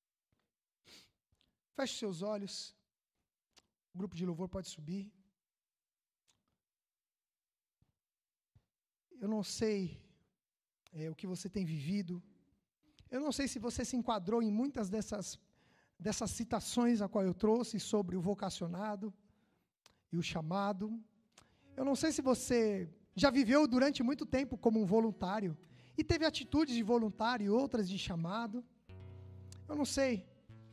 Speaker 1: Feche seus olhos. O grupo de louvor pode subir. Eu não sei o que você tem vivido. Eu não sei se você se enquadrou em muitas dessas citações a qual eu trouxe sobre o vocacionado e o chamado. Eu não sei se você já viveu durante muito tempo como um voluntário e teve atitudes de voluntário e outras de chamado. Eu não sei.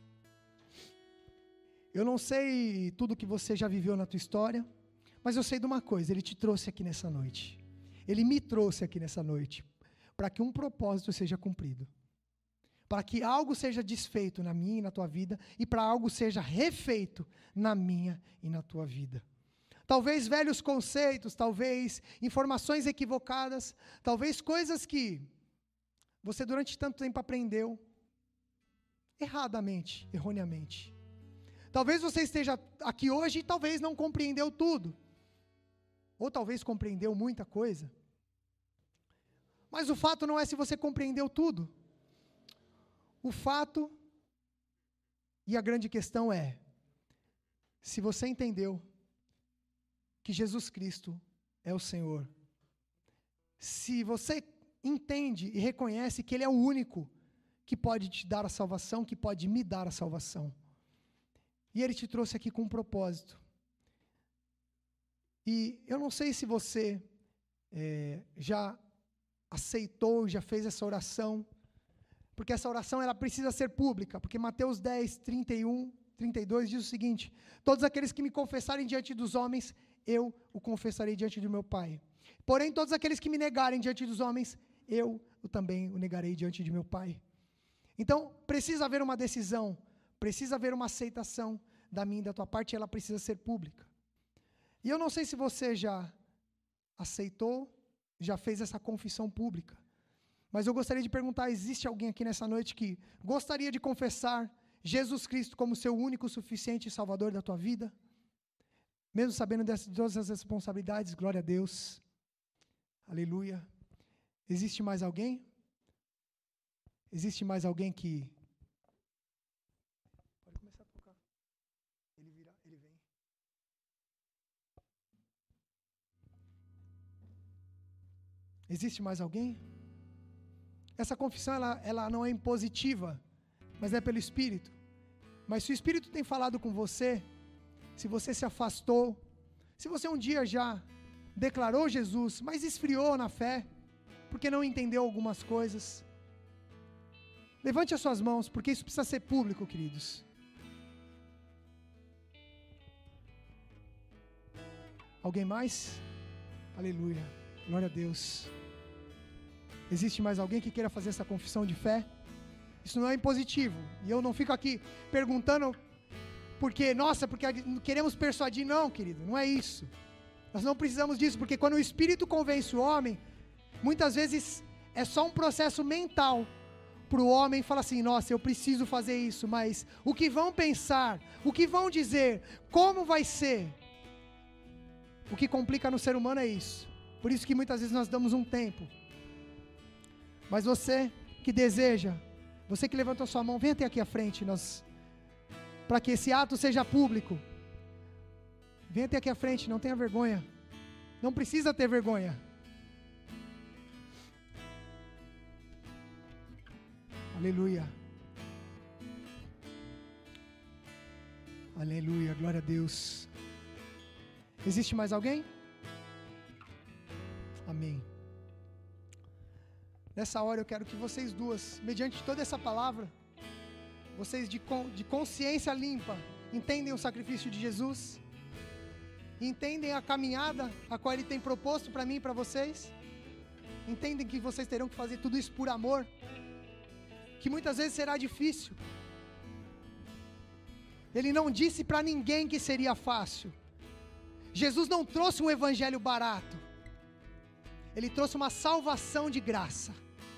Speaker 1: Eu não sei tudo que você já viveu na tua história, mas eu sei de uma coisa: Ele te trouxe aqui nessa noite. Ele me trouxe aqui nessa noite para que um propósito seja cumprido, para que algo seja desfeito na minha e na tua vida, e para algo seja refeito na minha e na tua vida. Talvez velhos conceitos, talvez informações equivocadas, talvez coisas que você durante tanto tempo aprendeu erradamente, erroneamente. Talvez você esteja aqui hoje e talvez não compreendeu tudo, ou talvez compreendeu muita coisa. Mas o fato não é se você compreendeu tudo. O fato e a grande questão é se você entendeu que Jesus Cristo é o Senhor. Se você entende e reconhece que Ele é o único que pode te dar a salvação, que pode me dar a salvação. E Ele te trouxe aqui com um propósito. E eu não sei se você já aceitou, já fez essa oração, porque essa oração ela precisa ser pública, porque Mateus 10, 31, 32 diz o seguinte: todos aqueles que me confessarem diante dos homens, eu o confessarei diante do meu Pai. Porém, todos aqueles que me negarem diante dos homens, eu também o negarei diante de meu Pai. Então, precisa haver uma decisão, precisa haver uma aceitação da minha e da tua parte, e ela precisa ser pública. E eu não sei se você já aceitou, já fez essa confissão pública, mas eu gostaria de perguntar: existe alguém aqui nessa noite que gostaria de confessar Jesus Cristo como seu único, suficiente Salvador da tua vida? Mesmo sabendo de todas as responsabilidades, glória a Deus. Aleluia. Existe mais alguém? Existe mais alguém que... Pode começar a tocar. Ele vem. Existe mais alguém? Essa confissão, ela não é impositiva, mas é pelo Espírito. Mas se o Espírito tem falado com você, se você se afastou, se você um dia já declarou Jesus, mas esfriou na fé, porque não entendeu algumas coisas, levante as suas mãos, porque isso precisa ser público, queridos. Alguém mais? Aleluia, glória a Deus. Existe mais alguém que queira fazer essa confissão de fé? Isso não é impositivo, e eu não fico aqui perguntando porque queremos persuadir. Não, querido, não é isso. Nós não precisamos disso, porque quando o Espírito convence o homem, muitas vezes é só um processo mental para o homem falar assim: nossa, eu preciso fazer isso, mas o que vão pensar, o que vão dizer, como vai ser? O que complica no ser humano é isso. Por isso que muitas vezes nós damos um tempo. Mas você que deseja, você que levantou sua mão, vem até aqui à frente, para que esse ato seja público. Vem até aqui à frente, não tenha vergonha. Não precisa ter vergonha. Aleluia. Aleluia, glória a Deus. Existe mais alguém? Amém. Nessa hora eu quero que vocês duas, mediante toda essa palavra, vocês de consciência limpa, entendem o sacrifício de Jesus, entendem a caminhada a qual Ele tem proposto para mim e para vocês, entendem que vocês terão que fazer tudo isso por amor, que muitas vezes será difícil. Ele não disse para ninguém que seria fácil. Jesus não trouxe um evangelho barato, Ele trouxe uma salvação de graça.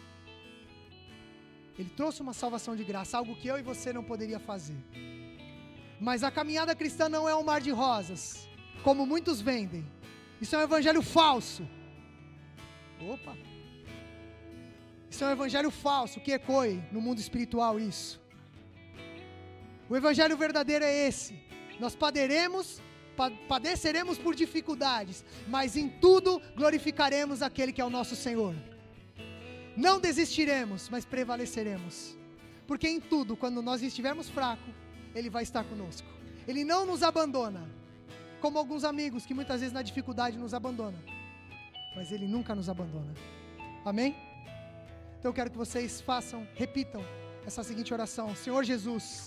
Speaker 1: Ele trouxe uma salvação de graça, algo que eu e você não poderia fazer. Mas a caminhada cristã não é um mar de rosas, como muitos vendem. Isso é um evangelho falso. Opa! Isso é um evangelho falso, que ecoe no mundo espiritual isso. O evangelho verdadeiro é esse. Nós padeceremos por dificuldades, mas em tudo glorificaremos aquele que é o nosso Senhor. Não desistiremos, mas prevaleceremos. Porque em tudo, quando nós estivermos fracos, Ele vai estar conosco. Ele não nos abandona, como alguns amigos que muitas vezes na dificuldade nos abandonam. Mas Ele nunca nos abandona. Amém? Então eu quero que vocês repitam essa seguinte oração. Senhor Jesus,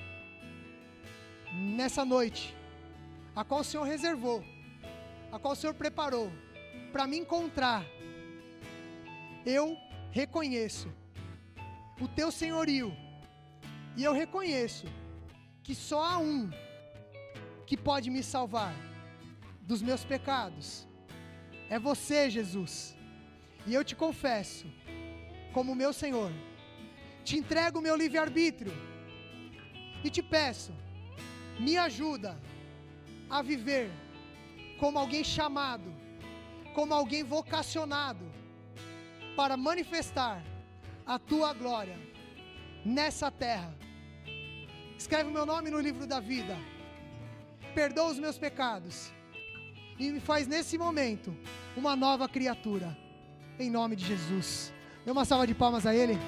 Speaker 1: nessa noite, a qual o Senhor reservou, a qual o Senhor preparou para me encontrar, eu reconheço o Teu senhorio, e eu reconheço que só há um que pode me salvar dos meus pecados. É Você, Jesus. E eu te confesso como meu Senhor. Te entrego o meu livre-arbítrio e te peço, me ajuda a viver como alguém chamado, como alguém vocacionado para manifestar a Tua glória nessa terra. Escreve o meu nome no livro da vida, perdoa os meus pecados e me faz nesse momento uma nova criatura, em nome de Jesus. Dê uma salva de palmas a Ele.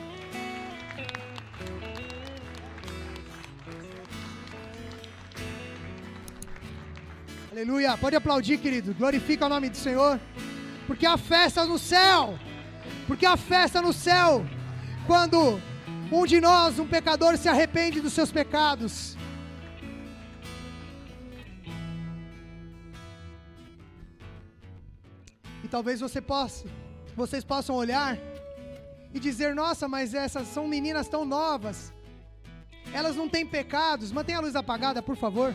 Speaker 1: Aleluia, pode aplaudir, querido, glorifica o nome do Senhor, porque há festa no céu, quando um de nós, um pecador, se arrepende dos seus pecados. E talvez vocês possam olhar e dizer, nossa, mas essas são meninas tão novas, elas não têm pecados. Mantenha a luz apagada, por favor.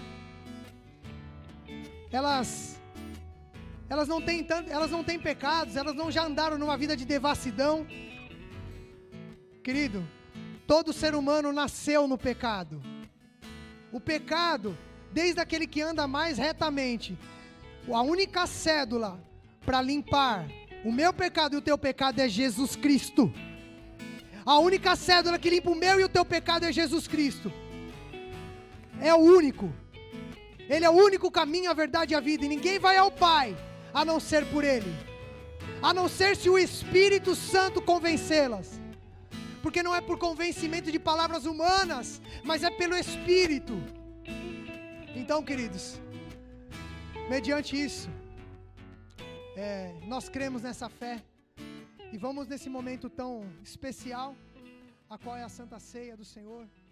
Speaker 1: Elas não têm pecados, elas não já andaram numa vida de devassidão. Querido, todo ser humano nasceu no pecado. O pecado, desde aquele que anda mais retamente, a única cédula para limpar o meu pecado e o teu pecado é Jesus Cristo. A única cédula que limpa o meu e o teu pecado é Jesus Cristo. É o único. Ele é o único caminho, a verdade e a vida. E ninguém vai ao Pai a não ser por Ele. A não ser se o Espírito Santo convencê-las. Porque não é por convencimento de palavras humanas, mas é pelo Espírito. Então, queridos, mediante isso, nós cremos nessa fé. E vamos nesse momento tão especial, a qual é a Santa Ceia do Senhor.